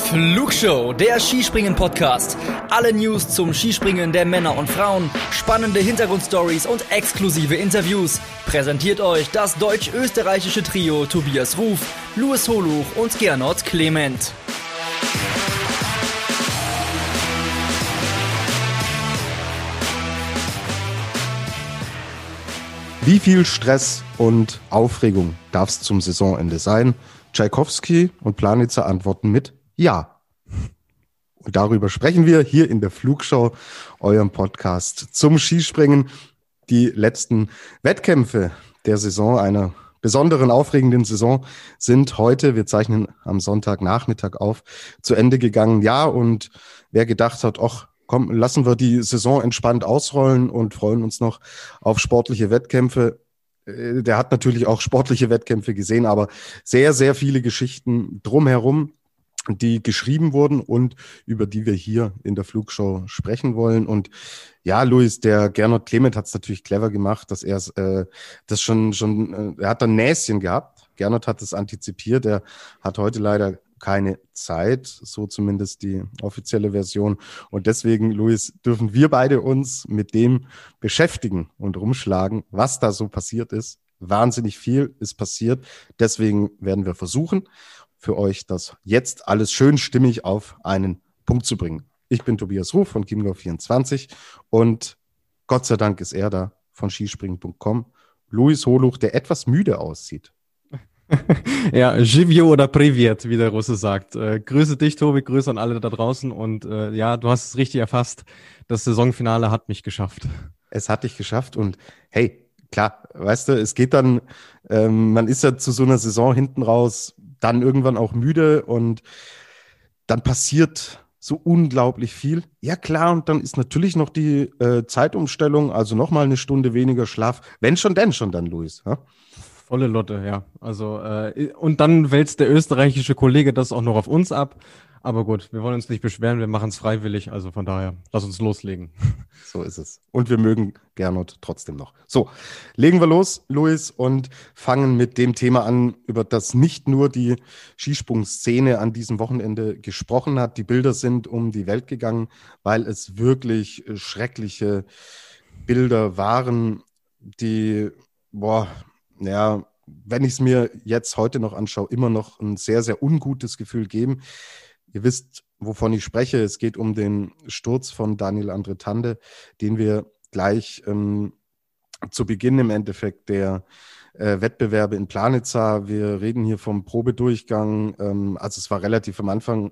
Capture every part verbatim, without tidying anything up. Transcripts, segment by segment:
Flugshow, der Skispringen-Podcast. Alle News zum Skispringen der Männer und Frauen, spannende Hintergrundstories und exklusive Interviews. Präsentiert euch das deutsch-österreichische Trio Tobias Ruf, Louis Holuch und Gernot Clement. Wie viel Stress und Aufregung darf es zum Saisonende sein? Tschaikowski und Planitzer antworten mit Ja. Und darüber sprechen wir hier in der Flugshow, eurem Podcast zum Skispringen. Die letzten Wettkämpfe der Saison, einer besonderen, aufregenden Saison, sind heute, wir zeichnen am Sonntagnachmittag auf, zu Ende gegangen. Ja, und wer gedacht hat, ach, komm, lassen wir die Saison entspannt ausrollen und freuen uns noch auf sportliche Wettkämpfe. Der hat natürlich auch sportliche Wettkämpfe gesehen, aber sehr, sehr viele Geschichten drumherum, die geschrieben wurden und über die wir hier in der Flugshow sprechen wollen. Und ja, Louis, der Gernot Clement hat es natürlich clever gemacht, dass er äh, das schon, schon, äh, er hat ein Näschen gehabt. Gernot hat es antizipiert. Er hat heute leider keine Zeit, so zumindest die offizielle Version. Und deswegen, Louis, dürfen wir beide uns mit dem beschäftigen und rumschlagen, was da so passiert ist. Wahnsinnig viel ist passiert. Deswegen werden wir versuchen, für euch das jetzt alles schön stimmig auf einen Punkt zu bringen. Ich bin Tobias Ruf von Chiemgau vierundzwanzig und Gott sei Dank ist er da von skispringen punkt com. Louis Holuch, der etwas müde aussieht. Ja, Živio oder Privet, wie der Russe sagt. Äh, grüße dich, Tobi, Grüße an alle da draußen und äh, ja, du hast es richtig erfasst. Das Saisonfinale hat mich geschafft. Es hat dich geschafft und hey, klar, weißt du, es geht dann, ähm, man ist ja zu so einer Saison hinten raus dann irgendwann auch müde und dann passiert so unglaublich viel. Ja klar, und dann ist natürlich noch die äh, Zeitumstellung, also nochmal eine Stunde weniger Schlaf. Wenn schon, denn schon dann, Luis. Ja? Volle Lotte, ja. Also äh, und dann wälzt der österreichische Kollege das auch noch auf uns ab. Aber gut, wir wollen uns nicht beschweren, wir machen es freiwillig. Also von daher, lass uns loslegen. So ist es. Und wir mögen Gernot trotzdem noch. So, legen wir los, Louis, und fangen mit dem Thema an, über das nicht nur die Skisprungszene an diesem Wochenende gesprochen hat. Die Bilder sind um die Welt gegangen, weil es wirklich schreckliche Bilder waren, die, boah, ja, wenn ich es mir jetzt heute noch anschaue, immer noch ein sehr, sehr ungutes Gefühl geben. Ihr wisst, wovon ich spreche. Es geht um den Sturz von Daniel Andretande, den wir gleich ähm, zu Beginn im Endeffekt der äh, Wettbewerbe in Planitza, wir reden hier vom Probedurchgang, ähm, also es war relativ am Anfang,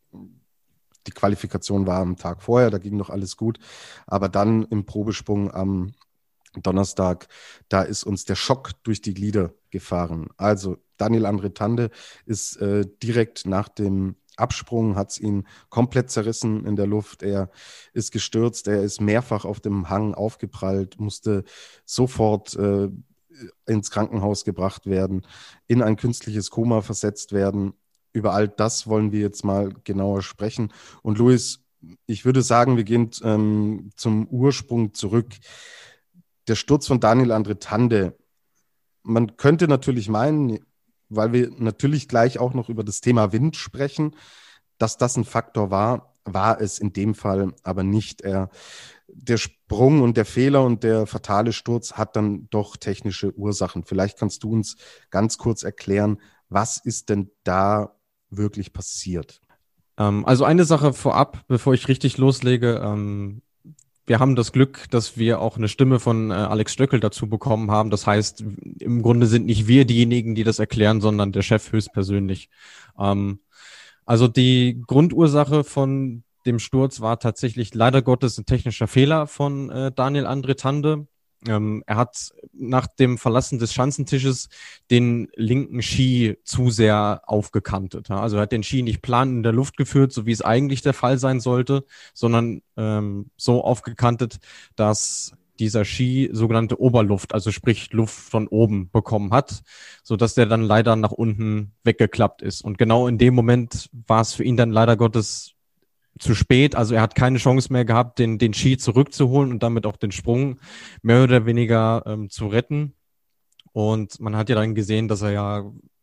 die Qualifikation war am Tag vorher, da ging noch alles gut, aber dann im Probesprung am Donnerstag, da ist uns der Schock durch die Glieder gefahren. Also Daniel Andretande ist äh, direkt nach dem Absprung, hat es ihn komplett zerrissen in der Luft. Er ist gestürzt, er ist mehrfach auf dem Hang aufgeprallt, musste sofort äh, ins Krankenhaus gebracht werden, in ein künstliches Koma versetzt werden. Über all das wollen wir jetzt mal genauer sprechen. Und Louis, ich würde sagen, wir gehen ähm, zum Ursprung zurück. Der Sturz von Daniel Andretande, man könnte natürlich meinen, weil wir natürlich gleich auch noch über das Thema Wind sprechen, dass das ein Faktor war, war es in dem Fall aber nicht. Er, der Sprung und der Fehler und der fatale Sturz hat dann doch technische Ursachen. Vielleicht kannst du uns ganz kurz erklären, was ist denn da wirklich passiert? Ähm, also eine Sache vorab, bevor ich richtig loslege. Ähm Wir haben das Glück, dass wir auch eine Stimme von äh, Alex Stöckel dazu bekommen haben. Das heißt, im Grunde sind nicht wir diejenigen, die das erklären, sondern der Chef höchstpersönlich. Ähm, also die Grundursache von dem Sturz war tatsächlich leider Gottes ein technischer Fehler von äh, Daniel Andretande. Ähm, er hat nach dem Verlassen des Schanzentisches den linken Ski zu sehr aufgekantet. Ja? Also er hat den Ski nicht plan in der Luft geführt, so wie es eigentlich der Fall sein sollte, sondern ähm, so aufgekantet, dass dieser Ski sogenannte Oberluft, also sprich Luft von oben bekommen hat, so dass der dann leider nach unten weggeklappt ist. Und genau in dem Moment war es für ihn dann leider Gottes zu spät, also er hat keine Chance mehr gehabt, den, den Ski zurückzuholen und damit auch den Sprung mehr oder weniger ähm, zu retten. Und man hat ja dann gesehen, dass er ja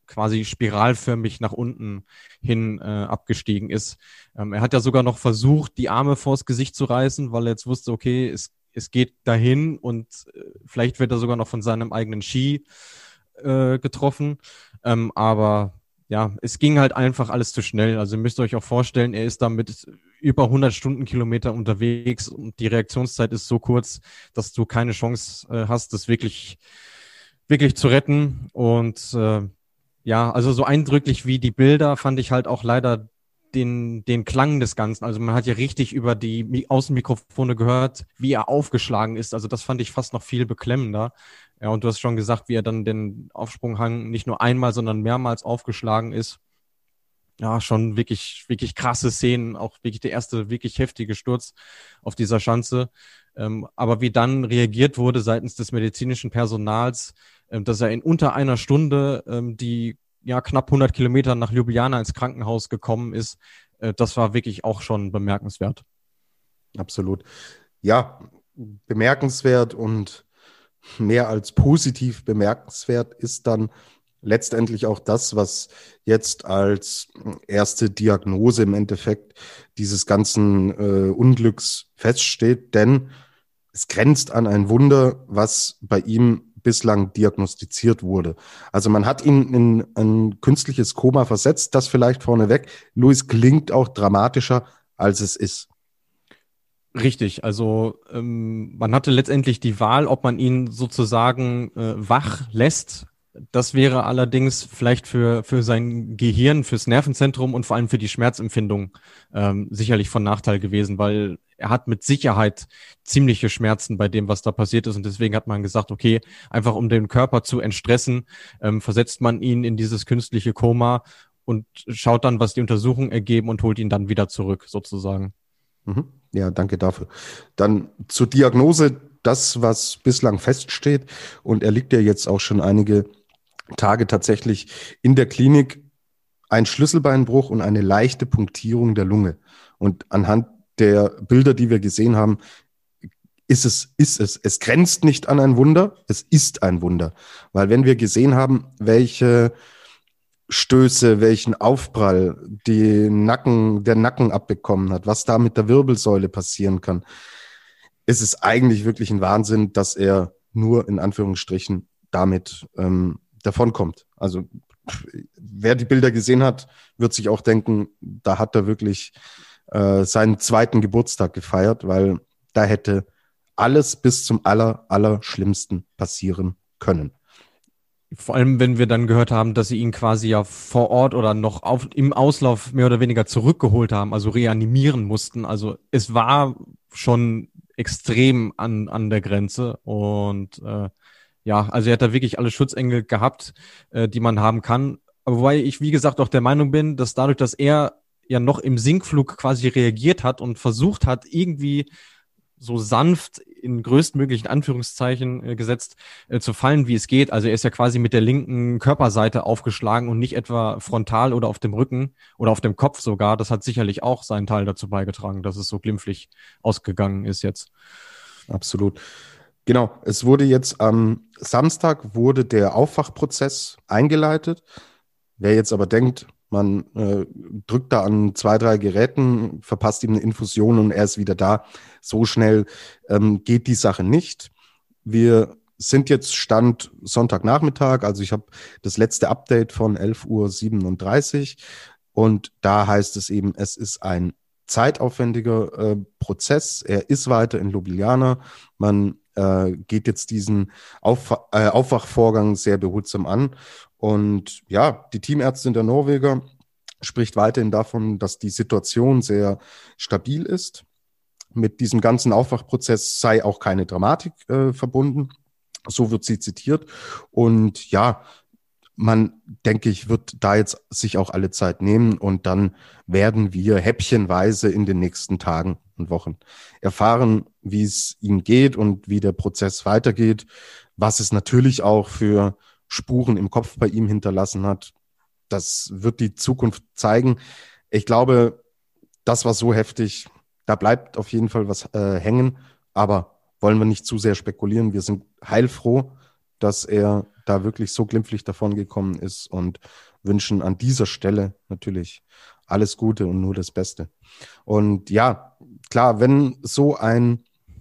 quasi spiralförmig nach unten hin äh, abgestiegen ist. Ähm, er hat ja sogar noch versucht, die Arme vors Gesicht zu reißen, weil er jetzt wusste, okay, es, es geht dahin und äh, vielleicht wird er sogar noch von seinem eigenen Ski äh, getroffen. Ähm, aber ja, es ging halt einfach alles zu schnell. Also ihr müsst euch auch vorstellen, er ist da mit über hundert Stundenkilometer unterwegs und die Reaktionszeit ist so kurz, dass du keine Chance äh, hast, das wirklich, wirklich zu retten. Und äh, ja, also so eindrücklich wie die Bilder fand ich halt auch leider den, den Klang des Ganzen. Also man hat ja richtig über die Außenmikrofone gehört, wie er aufgeschlagen ist. Also das fand ich fast noch viel beklemmender. Ja, und du hast schon gesagt, wie er dann den Aufsprunghang nicht nur einmal, sondern mehrmals aufgeschlagen ist. Ja, schon wirklich, wirklich krasse Szenen, auch wirklich der erste wirklich heftige Sturz auf dieser Schanze. Ähm, aber wie dann reagiert wurde seitens des medizinischen Personals, ähm, dass er in unter einer Stunde ähm, die ja knapp hundert Kilometer nach Ljubljana ins Krankenhaus gekommen ist, äh, das war wirklich auch schon bemerkenswert. Absolut. Ja, bemerkenswert und mehr als positiv bemerkenswert ist dann letztendlich auch das, was jetzt als erste Diagnose im Endeffekt dieses ganzen äh, Unglücks feststeht, denn es grenzt an ein Wunder, was bei ihm bislang diagnostiziert wurde. Also man hat ihn in ein künstliches Koma versetzt, das vielleicht vorneweg. Luis, klingt auch dramatischer, als es ist. Richtig, also ähm, man hatte letztendlich die Wahl, ob man ihn sozusagen äh, wach lässt. Das wäre allerdings vielleicht für, für sein Gehirn, fürs Nervenzentrum und vor allem für die Schmerzempfindung ähm, sicherlich von Nachteil gewesen, weil er hat mit Sicherheit ziemliche Schmerzen bei dem, was da passiert ist. Und deswegen hat man gesagt, okay, einfach um den Körper zu entstressen, ähm, versetzt man ihn in dieses künstliche Koma und schaut dann, was die Untersuchungen ergeben und holt ihn dann wieder zurück, sozusagen. Mhm. Ja, danke dafür. Dann zur Diagnose, das, was bislang feststeht. Und er liegt ja jetzt auch schon einige Tage tatsächlich in der Klinik, ein Schlüsselbeinbruch und eine leichte Punktierung der Lunge. Und anhand der Bilder, die wir gesehen haben, ist es, ist es, es grenzt nicht an ein Wunder, es ist ein Wunder. Weil wenn wir gesehen haben, welche Stöße, welchen Aufprall die Nacken, der Nacken abbekommen hat, was da mit der Wirbelsäule passieren kann, ist es eigentlich wirklich ein Wahnsinn, dass er nur in Anführungsstrichen damit ähm, davonkommt. Also wer die Bilder gesehen hat, wird sich auch denken, da hat er wirklich äh, seinen zweiten Geburtstag gefeiert, weil da hätte alles bis zum aller, aller Schlimmsten passieren können. Vor allem, wenn wir dann gehört haben, dass sie ihn quasi ja vor Ort oder noch auf, im Auslauf mehr oder weniger zurückgeholt haben, also reanimieren mussten. Also es war schon extrem an, an der Grenze und äh, ja, also er hat da wirklich alle Schutzengel gehabt, äh, die man haben kann. Aber wobei ich, wie gesagt, auch der Meinung bin, dass dadurch, dass er ja noch im Sinkflug quasi reagiert hat und versucht hat, irgendwie so sanft in größtmöglichen Anführungszeichen äh, gesetzt äh, zu fallen, wie es geht. Also er ist ja quasi mit der linken Körperseite aufgeschlagen und nicht etwa frontal oder auf dem Rücken oder auf dem Kopf sogar. Das hat sicherlich auch seinen Teil dazu beigetragen, dass es so glimpflich ausgegangen ist jetzt. Absolut. Genau, es wurde jetzt am Samstag wurde der Aufwachprozess eingeleitet. Wer jetzt aber denkt, man äh, drückt da an zwei, drei Geräten, verpasst ihm eine Infusion und er ist wieder da, so schnell ähm, geht die Sache nicht. Wir sind jetzt Stand Sonntagnachmittag, also ich habe das letzte Update von elf Uhr siebenunddreißig und da heißt es eben, es ist ein zeitaufwendiger äh, Prozess. Er ist weiter in Ljubljana. Man äh, geht jetzt diesen Auf, äh, Aufwachvorgang sehr behutsam an. Und ja, die Teamärztin der Norweger spricht weiterhin davon, dass die Situation sehr stabil ist. Mit diesem ganzen Aufwachprozess sei auch keine Dramatik äh, verbunden. So wird sie zitiert. Und ja, man, denke ich, wird da jetzt sich auch alle Zeit nehmen und dann werden wir häppchenweise in den nächsten Tagen und Wochen erfahren, wie es ihm geht und wie der Prozess weitergeht, was es natürlich auch für Spuren im Kopf bei ihm hinterlassen hat. Das wird die Zukunft zeigen. Ich glaube, das war so heftig, da bleibt auf jeden Fall was äh, hängen, aber wollen wir nicht zu sehr spekulieren. Wir sind heilfroh, dass er da wirklich so glimpflich davon gekommen ist und wünschen an dieser Stelle natürlich alles Gute und nur das Beste. Und ja, klar, wenn so ein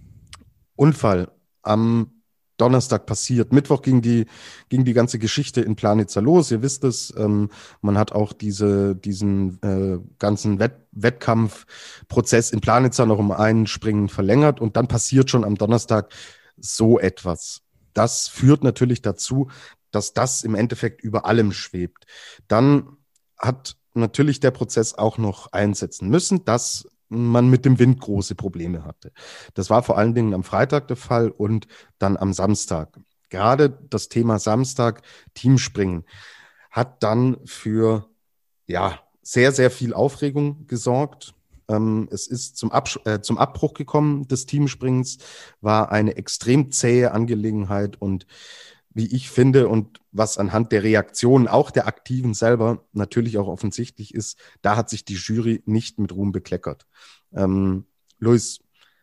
Unfall am Donnerstag passiert. Mittwoch ging die, ging die ganze Geschichte in Planitzer los. Ihr wisst es, ähm, man hat auch diese, diesen äh, ganzen Wett Wettkampfprozess in Planitzer noch um ein Springen verlängert und dann passiert schon am Donnerstag so etwas. Das führt natürlich dazu, dass das im Endeffekt über allem schwebt. Dann hat natürlich der Prozess auch noch einsetzen müssen, dass man mit dem Wind große Probleme hatte. Das war vor allen Dingen am Freitag der Fall und dann am Samstag. Gerade das Thema Samstag, Teamspringen, hat dann für ja sehr, sehr viel Aufregung gesorgt. Ähm, es ist zum, Absch äh, zum Abbruch gekommen des Teamspringens, war eine extrem zähe Angelegenheit und wie ich finde und was anhand der Reaktionen auch der Aktiven selber natürlich auch offensichtlich ist, da hat sich die Jury nicht mit Ruhm bekleckert. Ähm, Luis,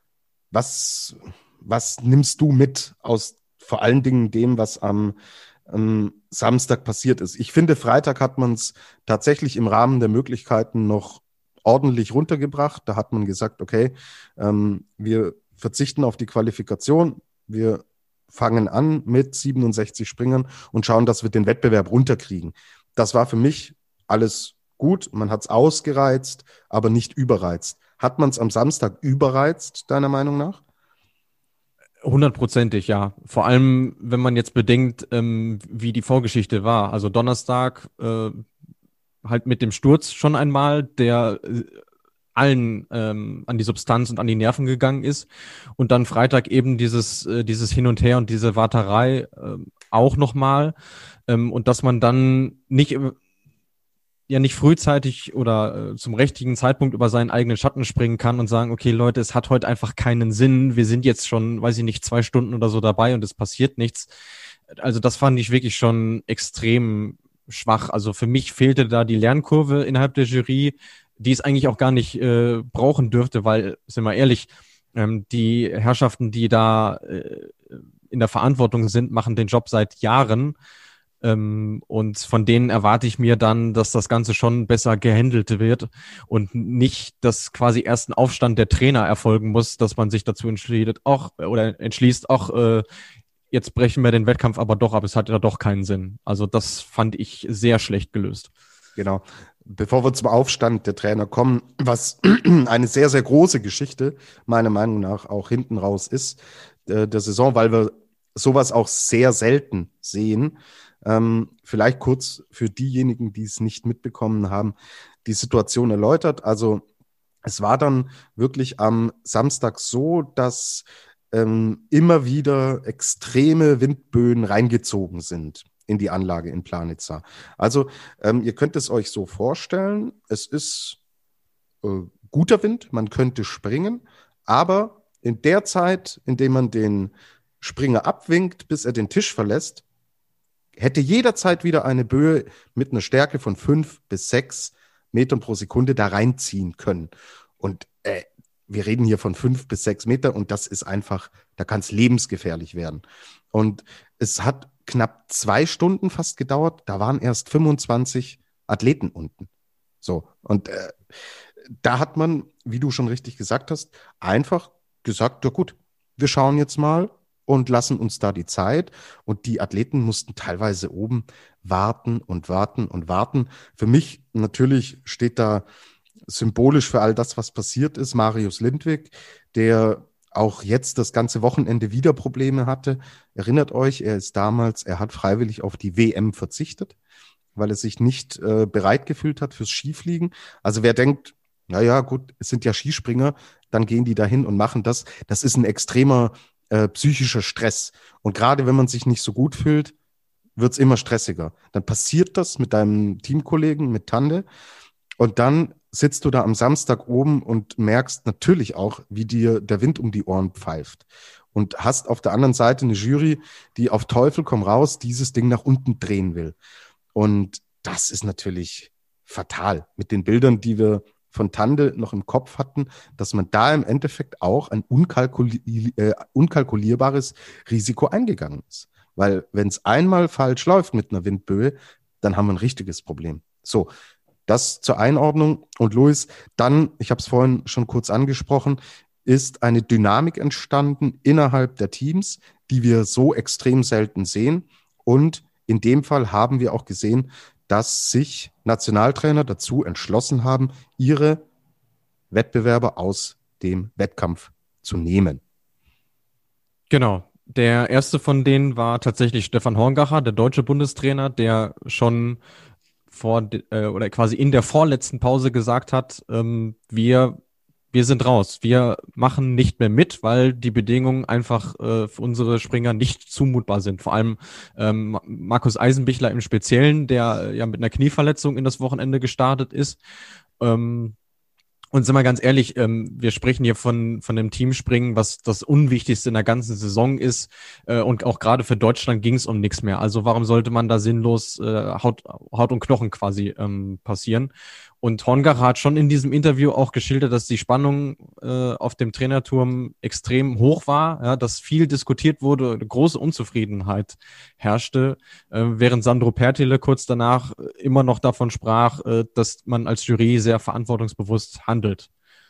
was, was nimmst du mit aus vor allen Dingen dem, was am, am Samstag passiert ist? Ich finde, Freitag hat man es tatsächlich im Rahmen der Möglichkeiten noch ordentlich runtergebracht. Da hat man gesagt, okay, ähm, wir verzichten auf die Qualifikation, wir fangen an mit siebenundsechzig Springern und schauen, dass wir den Wettbewerb runterkriegen. Das war für mich alles gut. Man hat es ausgereizt, aber nicht überreizt. Hat man es am Samstag überreizt, deiner Meinung nach? Hundertprozentig, ja. Vor allem, wenn man jetzt bedenkt, ähm, wie die Vorgeschichte war. Also Donnerstag äh, halt mit dem Sturz schon einmal, der äh, allen ähm, an die Substanz und an die Nerven gegangen ist. Und dann Freitag eben dieses äh, dieses Hin und Her und diese Warterei äh, auch nochmal. Ähm, und dass man dann nicht ja nicht frühzeitig oder äh, zum richtigen Zeitpunkt über seinen eigenen Schatten springen kann und sagen, okay Leute, es hat heute einfach keinen Sinn. Wir sind jetzt schon, weiß ich nicht, zwei Stunden oder so dabei und es passiert nichts. Also das fand ich wirklich schon extrem schwach. Also für mich fehlte da die Lernkurve innerhalb der Jury, die es eigentlich auch gar nicht äh, brauchen dürfte, weil, sind wir ehrlich, ähm, die Herrschaften, die da äh, in der Verantwortung sind, machen den Job seit Jahren. Ähm, und von denen erwarte ich mir dann, dass das Ganze schon besser gehandelt wird und nicht, dass quasi erst ein Aufstand der Trainer erfolgen muss, dass man sich dazu entschließt, auch oder entschließt, auch äh, jetzt brechen wir den Wettkampf aber doch ab, es hat ja doch keinen Sinn. Also das fand ich sehr schlecht gelöst. Genau. Bevor wir zum Aufstand der Trainer kommen, was eine sehr, sehr große Geschichte meiner Meinung nach auch hinten raus ist, äh, der Saison, weil wir sowas auch sehr selten sehen. Ähm, vielleicht kurz für diejenigen, die es nicht mitbekommen haben, die Situation erläutert. Also es war dann wirklich am Samstag so, dass ähm, immer wieder extreme Windböen reingezogen sind in die Anlage in Planitza. Also ähm, ihr könnt es euch so vorstellen, es ist äh, guter Wind, man könnte springen, aber in der Zeit, in der man den Springer abwinkt, bis er den Tisch verlässt, hätte jederzeit wieder eine Böe mit einer Stärke von fünf bis sechs Metern pro Sekunde da reinziehen können. Und äh, wir reden hier von fünf bis sechs Meter und das ist einfach, da kann es lebensgefährlich werden. Und es hat knapp zwei Stunden fast gedauert, da waren erst fünfundzwanzig Athleten unten. So, und äh, da hat man, wie du schon richtig gesagt hast, einfach gesagt, ja gut, wir schauen jetzt mal und lassen uns da die Zeit. Und die Athleten mussten teilweise oben warten und warten und warten. Für mich natürlich steht da symbolisch für all das, was passiert ist, Marius Lindwig, der auch jetzt das ganze Wochenende wieder Probleme hatte. Erinnert euch, er ist damals, er hat freiwillig auf die W M verzichtet, weil er sich nicht äh, bereit gefühlt hat fürs Skifliegen. Also wer denkt, naja gut, es sind ja Skispringer, dann gehen die dahin und machen das. Das ist ein extremer äh, psychischer Stress. Und gerade wenn man sich nicht so gut fühlt, wird es immer stressiger. Dann passiert das mit deinem Teamkollegen, mit Tande. Und dann sitzt du da am Samstag oben und merkst natürlich auch, wie dir der Wind um die Ohren pfeift. Und hast auf der anderen Seite eine Jury, die auf Teufel komm raus dieses Ding nach unten drehen will. Und das ist natürlich fatal. Mit den Bildern, die wir von Tande noch im Kopf hatten, dass man da im Endeffekt auch ein unkalkuli- äh, unkalkulierbares Risiko eingegangen ist. Weil wenn es einmal falsch läuft mit einer Windböe, dann haben wir ein richtiges Problem. So, das zur Einordnung. Und Luis, dann, ich habe es vorhin schon kurz angesprochen, ist eine Dynamik entstanden innerhalb der Teams, die wir so extrem selten sehen. Und in dem Fall haben wir auch gesehen, dass sich Nationaltrainer dazu entschlossen haben, ihre Wettbewerber aus dem Wettkampf zu nehmen. Genau. Der erste von denen war tatsächlich Stefan Horngacher, der deutsche Bundestrainer, der schon vor äh, oder quasi in der vorletzten Pause gesagt hat, ähm, wir wir sind raus, wir machen nicht mehr mit, weil die Bedingungen einfach äh, für unsere Springer nicht zumutbar sind. Vor allem ähm, Markus Eisenbichler im Speziellen, der äh, ja mit einer Knieverletzung in das Wochenende gestartet ist. Ähm, Und sind wir ganz ehrlich, ähm, wir sprechen hier von von dem Teamspringen, was das Unwichtigste in der ganzen Saison ist. Äh, und auch gerade für Deutschland ging es um nichts mehr. Also warum sollte man da sinnlos äh, Haut, Haut und Knochen quasi ähm, passieren? Und Horngacher hat schon in diesem Interview auch geschildert, dass die Spannung äh, auf dem Trainerturm extrem hoch war, ja, dass viel diskutiert wurde, eine große Unzufriedenheit herrschte, äh, während Sandro Pertile kurz danach immer noch davon sprach, äh, dass man als Jury sehr verantwortungsbewusst handelt.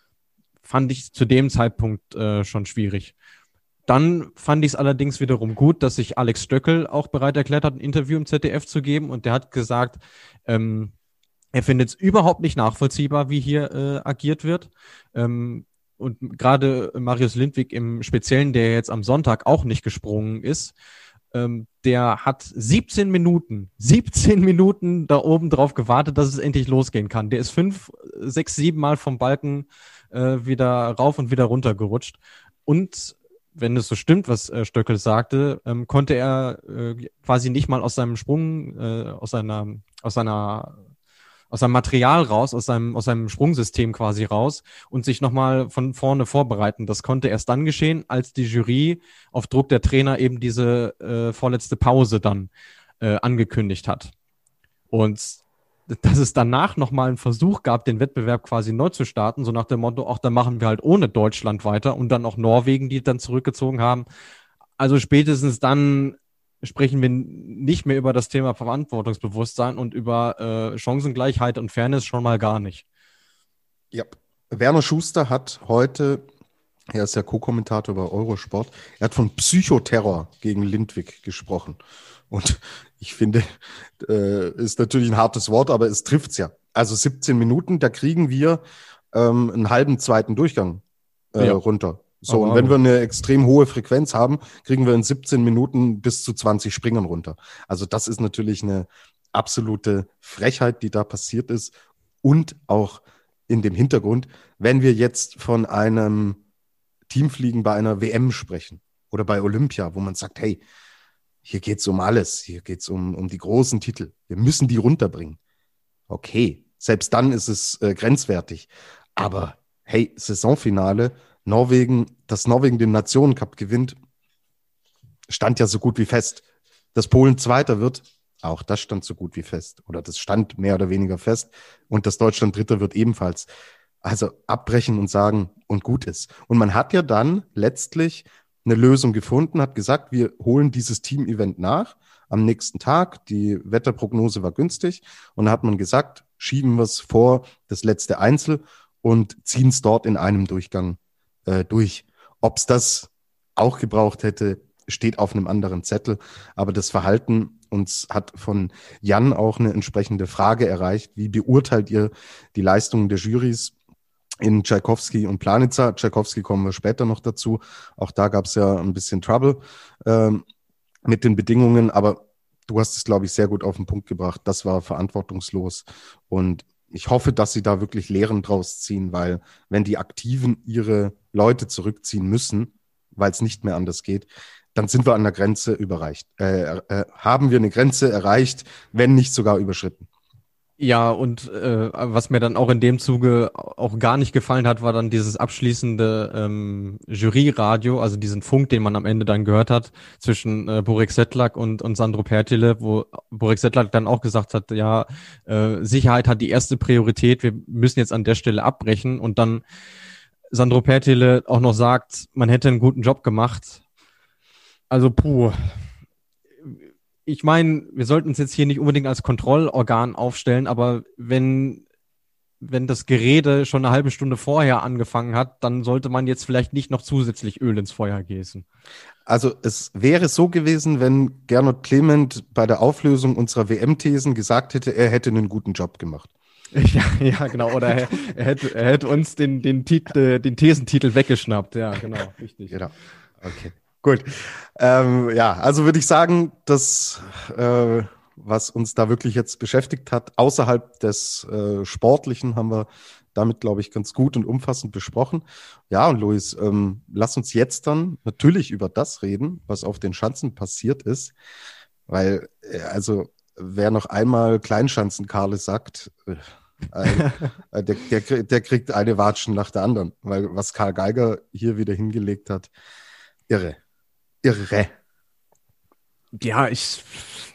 Fand ich zu dem Zeitpunkt äh, schon schwierig. Dann fand ich es allerdings wiederum gut, dass sich Alex Stöckel auch bereit erklärt hat, ein Interview im Z D F zu geben, und der hat gesagt, ähm, er findet es überhaupt nicht nachvollziehbar, wie hier äh, agiert wird. Ähm, und gerade Marius Lindwig im Speziellen, der jetzt am Sonntag auch nicht gesprungen ist, ähm, der hat siebzehn Minuten, siebzehn Minuten da oben drauf gewartet, dass es endlich losgehen kann. Der ist fünf, sechs, sieben Mal vom Balken äh, wieder rauf und wieder runter gerutscht. Und wenn es so stimmt, was äh, Stöckel sagte, ähm, konnte er äh, quasi nicht mal aus seinem Sprung, äh, aus seiner, aus seiner aus seinem Material raus, aus seinem, aus seinem Sprungsystem quasi raus und sich nochmal von vorne vorbereiten. Das konnte erst dann geschehen, als die Jury auf Druck der Trainer eben diese äh, vorletzte Pause dann äh, angekündigt hat. Und dass es danach nochmal einen Versuch gab, den Wettbewerb quasi neu zu starten, so nach dem Motto, auch dann machen wir halt ohne Deutschland weiter, und dann auch Norwegen, die dann zurückgezogen haben. Also spätestens dann sprechen wir nicht mehr über das Thema Verantwortungsbewusstsein, und über äh, Chancengleichheit und Fairness schon mal gar nicht. Ja, Werner Schuster hat heute, er ist ja Co-Kommentator bei Eurosport, er hat von Psychoterror gegen Lindwig gesprochen. Und ich finde, äh, ist natürlich ein hartes Wort, aber es trifft's ja. Also siebzehn Minuten, da kriegen wir ähm, einen halben zweiten Durchgang äh, ja. runter. So, oh, wow. Und wenn wir eine extrem hohe Frequenz haben, kriegen wir in siebzehn Minuten bis zu zwanzig Springern runter. Also das ist natürlich eine absolute Frechheit, die da passiert ist. Und auch in dem Hintergrund, wenn wir jetzt von einem Teamfliegen bei einer W M sprechen oder bei Olympia, wo man sagt, hey, hier geht's um alles, hier geht's um, um die großen Titel. Wir müssen die runterbringen. Okay, selbst dann ist es äh, grenzwertig. Aber hey, Saisonfinale, Norwegen, dass Norwegen den Nationencup gewinnt, stand ja so gut wie fest. Dass Polen Zweiter wird, auch das stand so gut wie fest. Oder das stand mehr oder weniger fest. Und dass Deutschland Dritter wird ebenfalls. Also abbrechen und sagen, und gut ist. Und man hat ja dann letztlich eine Lösung gefunden, hat gesagt, wir holen dieses Team-Event nach am nächsten Tag. Die Wetterprognose war günstig. Und da hat man gesagt, schieben wir es vor das letzte Einzel und ziehen es dort in einem Durchgang äh, durch. Ob es das auch gebraucht hätte, steht auf einem anderen Zettel. Aber das Verhalten uns hat von Jan auch eine entsprechende Frage erreicht. Wie beurteilt ihr die Leistungen der Jurys in Tschaikowski und Planica? Tschaikowski kommen wir später noch dazu. Auch da gab es ja ein bisschen Trouble ähm, mit den Bedingungen. Aber du hast es, glaube ich, sehr gut auf den Punkt gebracht. Das war verantwortungslos. Und ich hoffe, dass sie da wirklich Lehren draus ziehen, weil wenn die Aktiven ihre Leute zurückziehen müssen, weil es nicht mehr anders geht, dann sind wir an der Grenze überreicht. Äh, äh, haben wir eine Grenze erreicht, wenn nicht sogar überschritten. Ja, und äh, was mir dann auch in dem Zuge auch gar nicht gefallen hat, war dann dieses abschließende ähm, Juryradio, also diesen Funk, den man am Ende dann gehört hat zwischen äh, Borek Sedlak und, und Sandro Pertile, wo Borek Sedlak dann auch gesagt hat, ja, äh, Sicherheit hat die erste Priorität, wir müssen jetzt an der Stelle abbrechen, und dann Sandro Pertile auch noch sagt, man hätte einen guten Job gemacht. Also puh, ich meine, wir sollten uns jetzt hier nicht unbedingt als Kontrollorgan aufstellen, aber wenn, wenn das Gerede schon eine halbe Stunde vorher angefangen hat, dann sollte man jetzt vielleicht nicht noch zusätzlich Öl ins Feuer gießen. Also es wäre so gewesen, wenn Gernot Clement bei der Auflösung unserer W M-Thesen gesagt hätte, er hätte einen guten Job gemacht. Ja, ja, genau. Oder er, er, hätte, er hätte uns den, den, Titel, den Thesentitel weggeschnappt. Ja, genau, richtig. Genau. Okay, gut. Ähm, ja, also würde ich sagen, das, äh, was uns da wirklich jetzt beschäftigt hat, außerhalb des äh, Sportlichen, haben wir damit, glaube ich, ganz gut und umfassend besprochen. Ja, und Luis, ähm, lass uns jetzt dann natürlich über das reden, was auf den Schanzen passiert ist, weil, äh, also, wer noch einmal Kleinschanzen-Karle sagt, äh, äh, der, der, der kriegt eine Watschen nach der anderen, weil was Karl Geiger hier wieder hingelegt hat, irre, irre. Ja, ich...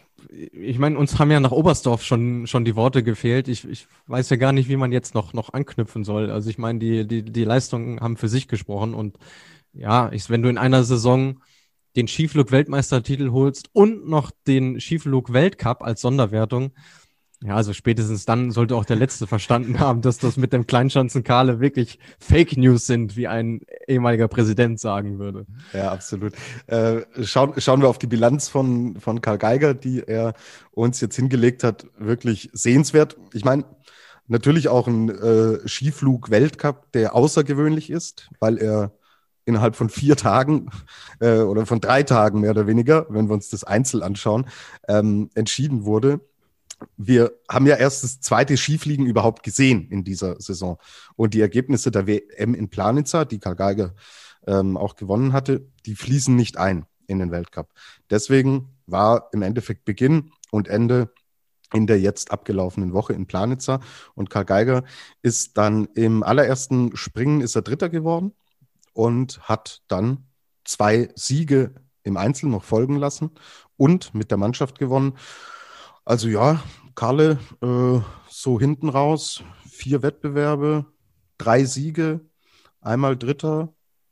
Ich meine, uns haben ja nach Oberstdorf schon, schon die Worte gefehlt. Ich, ich weiß ja gar nicht, wie man jetzt noch, noch anknüpfen soll. Also ich meine, die, die, die Leistungen haben für sich gesprochen. Und ja, ich, wenn du in einer Saison den Skiflug-Weltmeistertitel holst und noch den Skiflug-Weltcup als Sonderwertung, ja, also spätestens dann sollte auch der Letzte verstanden haben, dass das mit dem Kleinschanzen-Karle wirklich Fake News sind, wie ein ehemaliger Präsident sagen würde. Ja, absolut. Äh, schauen, schauen wir auf die Bilanz von, von Karl Geiger, die er uns jetzt hingelegt hat, wirklich sehenswert. Ich meine, natürlich auch ein äh, Skiflug-Weltcup, der außergewöhnlich ist, weil er innerhalb von vier Tagen äh, oder von drei Tagen mehr oder weniger, wenn wir uns das Einzel anschauen, ähm, entschieden wurde. Wir haben ja erst das zweite Skifliegen überhaupt gesehen in dieser Saison. Und die Ergebnisse der W M in Planica, die Karl Geiger ähm, auch gewonnen hatte, die fließen nicht ein in den Weltcup. Deswegen war im Endeffekt Beginn und Ende in der jetzt abgelaufenen Woche in Planica. Und Karl Geiger ist dann im allerersten Springen ist er Dritter geworden und hat dann zwei Siege im Einzel noch folgen lassen und mit der Mannschaft gewonnen. Also ja, Karle, äh, so hinten raus, vier Wettbewerbe, drei Siege, einmal Dritter,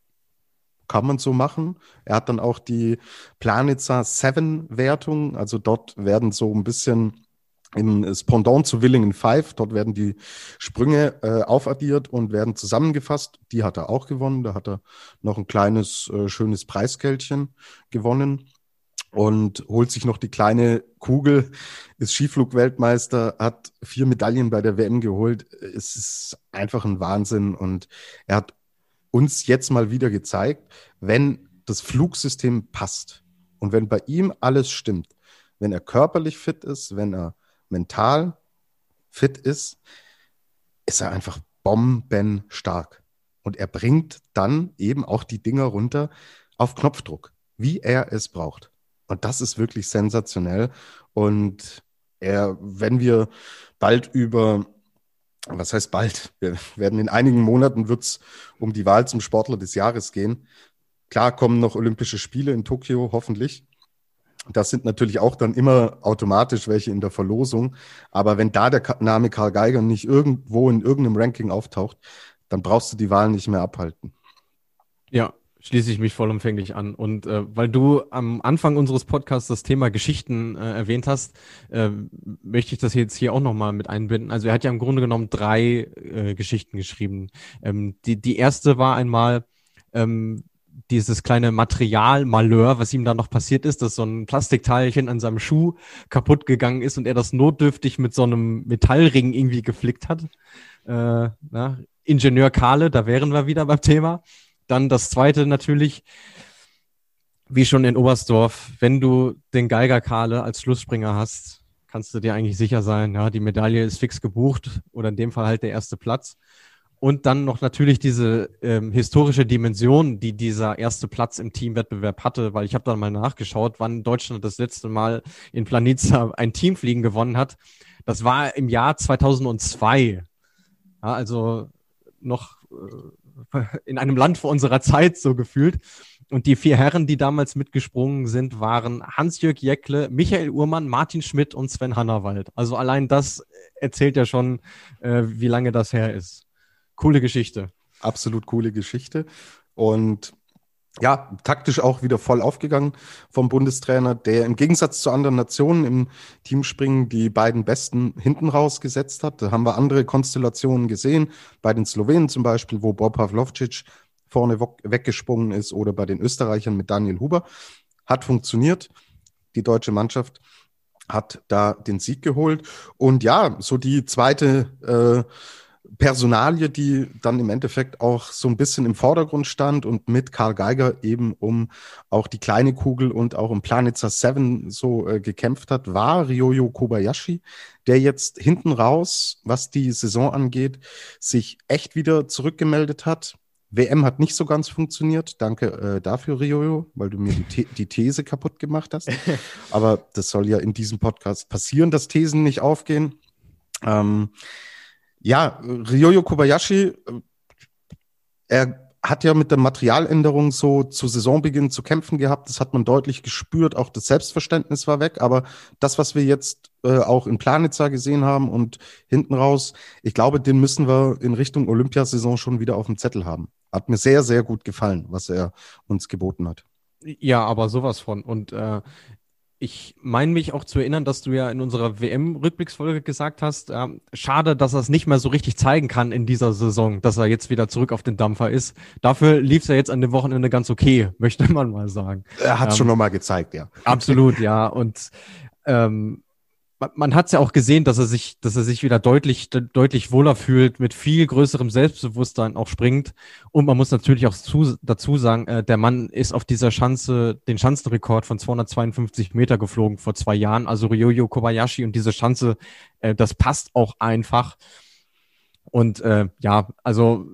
kann man so machen. Er hat dann auch die Planica Seven Wertung, also dort werden so ein bisschen im Pendant zu Willingen Five, dort werden die Sprünge äh, aufaddiert und werden zusammengefasst. Die hat er auch gewonnen, da hat er noch ein kleines, äh, schönes Preisgeldchen gewonnen. Und holt sich noch die kleine Kugel, ist Skiflug-Weltmeister, hat vier Medaillen bei der W M geholt. Es ist einfach ein Wahnsinn. Und er hat uns jetzt mal wieder gezeigt, wenn das Flugsystem passt und wenn bei ihm alles stimmt, wenn er körperlich fit ist, wenn er mental fit ist, ist er einfach bombenstark. Und er bringt dann eben auch die Dinger runter auf Knopfdruck, wie er es braucht. Und das ist wirklich sensationell. Und er, wenn wir bald über, was heißt bald? Wir werden in einigen Monaten wird's um die Wahl zum Sportler des Jahres gehen. Klar kommen noch Olympische Spiele in Tokio, hoffentlich. Das sind natürlich auch dann immer automatisch welche in der Verlosung. Aber wenn da der Name Karl Geiger nicht irgendwo in irgendeinem Ranking auftaucht, dann brauchst du die Wahl nicht mehr abhalten. Ja, schließe ich mich vollumfänglich an. Und äh, weil du am Anfang unseres Podcasts das Thema Geschichten äh, erwähnt hast, äh, möchte ich das jetzt hier auch nochmal mit einbinden. Also er hat ja im Grunde genommen drei äh, Geschichten geschrieben. Ähm, die, die erste war einmal ähm, dieses kleine Material-Malheur, was ihm da noch passiert ist, dass so ein Plastikteilchen an seinem Schuh kaputt gegangen ist und er das notdürftig mit so einem Metallring irgendwie geflickt hat. Äh, na, Ingenieur Karle, da wären wir wieder beim Thema. Dann das zweite natürlich, wie schon in Oberstdorf, wenn du den Geiger Karle als Schlussspringer hast, kannst du dir eigentlich sicher sein, ja, die Medaille ist fix gebucht oder in dem Fall halt der erste Platz. Und dann noch natürlich diese ähm, historische Dimension, die dieser erste Platz im Teamwettbewerb hatte, weil ich habe dann mal nachgeschaut, wann Deutschland das letzte Mal in Planica ein Teamfliegen gewonnen hat. Das war im Jahr zweitausendzwei. Ja, also noch äh, in einem Land vor unserer Zeit so gefühlt. Und die vier Herren, die damals mitgesprungen sind, waren Hans-Jörg Jäckle, Michael Uhrmann, Martin Schmidt und Sven Hannawald. Also allein das erzählt ja schon, äh, wie lange das her ist. Coole Geschichte. Absolut coole Geschichte. Und Ja, taktisch auch wieder voll aufgegangen vom Bundestrainer, der im Gegensatz zu anderen Nationen im Teamspringen die beiden Besten hinten rausgesetzt hat. Da haben wir andere Konstellationen gesehen, bei den Slowenen zum Beispiel, wo Bob Pavlovcic vorne weggesprungen ist, oder bei den Österreichern mit Daniel Huber. Hat funktioniert. Die deutsche Mannschaft hat da den Sieg geholt. Und ja, so die zweite äh, Personalie, die dann im Endeffekt auch so ein bisschen im Vordergrund stand und mit Karl Geiger eben um auch die kleine Kugel und auch um Planitzer sieben so äh, gekämpft hat, war Ryoyo Kobayashi, der jetzt hinten raus, was die Saison angeht, sich echt wieder zurückgemeldet hat. W M hat nicht so ganz funktioniert. Danke äh, dafür, Ryoyo, weil du mir die, The- die These kaputt gemacht hast. Aber das soll ja in diesem Podcast passieren, dass Thesen nicht aufgehen. Ähm, Ja, Ryoyo Kobayashi, er hat ja mit der Materialänderung so zu Saisonbeginn zu kämpfen gehabt. Das hat man deutlich gespürt. Auch das Selbstverständnis war weg. Aber das, was wir jetzt äh, auch in Planitza gesehen haben und hinten raus, ich glaube, den müssen wir in Richtung Olympiasaison schon wieder auf dem Zettel haben. Hat mir sehr, sehr gut gefallen, was er uns geboten hat. Ja, aber sowas von. Und äh, ich meine mich auch zu erinnern, dass du ja in unserer W M-Rückblicksfolge gesagt hast, ähm, schade, dass er es nicht mehr so richtig zeigen kann in dieser Saison, dass er jetzt wieder zurück auf den Dampfer ist. Dafür lief es ja jetzt an dem Wochenende ganz okay, möchte man mal sagen. Er hat es ähm, schon nochmal gezeigt, ja. Absolut, ja. Und ähm, man, man hat es ja auch gesehen, dass er sich, dass er sich wieder deutlich, de- deutlich wohler fühlt, mit viel größerem Selbstbewusstsein auch springt. Und man muss natürlich auch zu, dazu sagen, äh, der Mann ist auf dieser Schanze den Schanzenrekord von zweihundertzweiundfünfzig Meter geflogen vor zwei Jahren. Also Ryoyo Kobayashi, und diese Schanze, äh, das passt auch einfach. Und äh, ja, also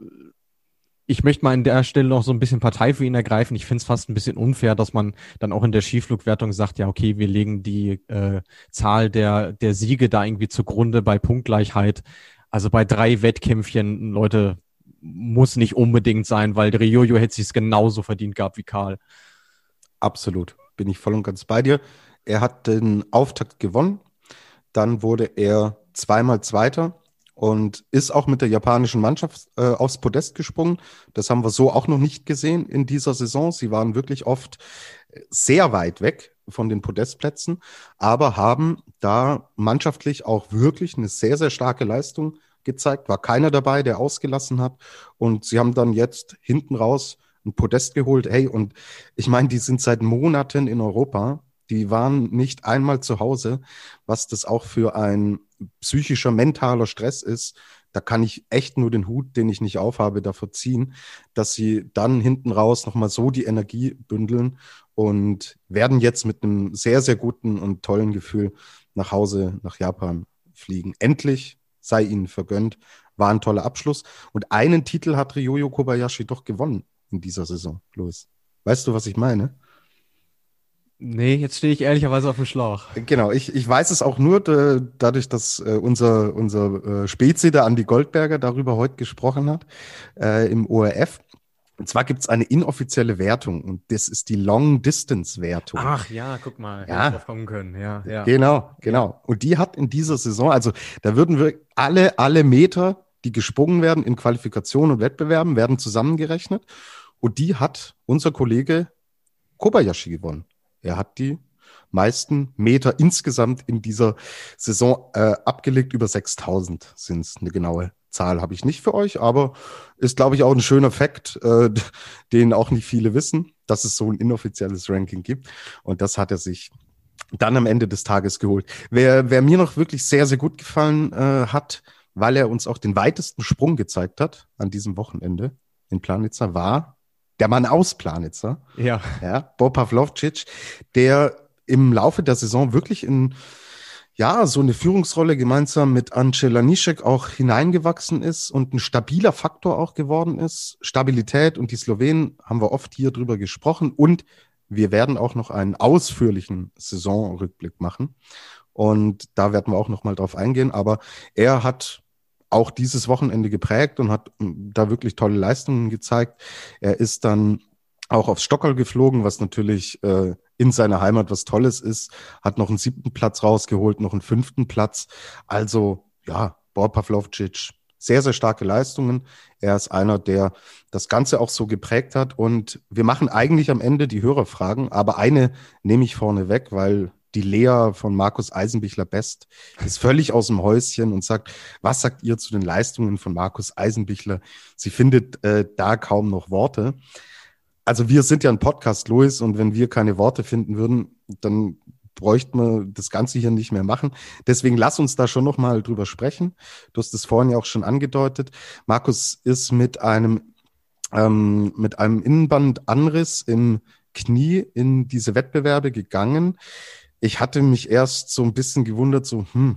ich möchte mal an der Stelle noch so ein bisschen Partei für ihn ergreifen. Ich finde es fast ein bisschen unfair, dass man dann auch in der Skiflugwertung sagt, ja, okay, wir legen die äh, Zahl der, der Siege da irgendwie zugrunde bei Punktgleichheit. Also bei drei Wettkämpfchen, Leute, muss nicht unbedingt sein, weil Ryoyo hätte sich es genauso verdient gehabt wie Karl. Absolut, bin ich voll und ganz bei dir. Er hat den Auftakt gewonnen, dann wurde er zweimal Zweiter und ist auch mit der japanischen Mannschaft äh, aufs Podest gesprungen. Das haben wir so auch noch nicht gesehen in dieser Saison. Sie waren wirklich oft sehr weit weg von den Podestplätzen, aber haben da mannschaftlich auch wirklich eine sehr, sehr starke Leistung gezeigt. War keiner dabei, der ausgelassen hat. Und sie haben dann jetzt hinten raus ein Podest geholt. Hey, und ich meine, die sind seit Monaten in Europa. Die waren nicht einmal zu Hause, was das auch für ein psychischer, mentaler Stress ist. Da kann ich echt nur den Hut, den ich nicht aufhabe, davor ziehen, dass sie dann hinten raus nochmal so die Energie bündeln und werden jetzt mit einem sehr, sehr guten und tollen Gefühl nach Hause, nach Japan fliegen. Endlich, sei ihnen vergönnt, war ein toller Abschluss. Und einen Titel hat Ryoyo Kobayashi doch gewonnen in dieser Saison, Louis. Weißt du, was ich meine? Nee, jetzt stehe ich ehrlicherweise auf dem Schlauch. Genau, ich, ich weiß es auch nur da, dadurch, dass äh, unser, unser äh, Spezi, der Andi Goldberger, darüber heute gesprochen hat äh, im O R F. Und zwar gibt es eine inoffizielle Wertung und das ist die Long-Distance-Wertung. Ach ja, guck mal, hätte Ja. ich drauf kommen können. Ja, ja. Genau, genau. Und die hat in dieser Saison, also da würden wir alle, alle Meter, die gesprungen werden in Qualifikationen und Wettbewerben, werden zusammengerechnet. Und die hat unser Kollege Kobayashi gewonnen. Er hat die meisten Meter insgesamt in dieser Saison äh, abgelegt. Über sechstausend sind es. Eine genaue Zahl habe ich nicht für euch, aber ist, glaube ich, auch ein schöner Fakt, äh, den auch nicht viele wissen, dass es so ein inoffizielles Ranking gibt. Und das hat er sich dann am Ende des Tages geholt. Wer, wer mir noch wirklich sehr, sehr gut gefallen äh, hat, weil er uns auch den weitesten Sprung gezeigt hat an diesem Wochenende in Planitza, war der Mann aus Planitza. Ja. Ja, Bob Pavlovcic, der im Laufe der Saison wirklich in ja so eine Führungsrolle gemeinsam mit Ance Lanišek auch hineingewachsen ist und ein stabiler Faktor auch geworden ist. Stabilität, und die Slowenen haben wir oft hier drüber gesprochen, und wir werden auch noch einen ausführlichen Saisonrückblick machen und da werden wir auch noch mal drauf eingehen, aber er hat auch dieses Wochenende geprägt und hat da wirklich tolle Leistungen gezeigt. Er ist dann auch aufs Stockerl geflogen, was natürlich äh, in seiner Heimat was Tolles ist, hat noch einen siebten Platz rausgeholt, noch einen fünften Platz. Also ja, Bob Pavlovcic, sehr, sehr starke Leistungen. Er ist einer, der das Ganze auch so geprägt hat. Und wir machen eigentlich am Ende die Hörerfragen, aber eine nehme ich vorne weg, weil die Lea von Markus Eisenbichler-Best ist völlig aus dem Häuschen und sagt, was sagt ihr zu den Leistungen von Markus Eisenbichler? Sie findet äh, da kaum noch Worte. Also wir sind ja ein Podcast, Louis, und wenn wir keine Worte finden würden, dann bräuchten wir das Ganze hier nicht mehr machen. Deswegen lass uns da schon noch mal drüber sprechen. Du hast es vorhin ja auch schon angedeutet. Markus ist mit einem, ähm, mit einem Innenbandanriss im Knie in diese Wettbewerbe gegangen. Ich hatte mich erst so ein bisschen gewundert, so, hm,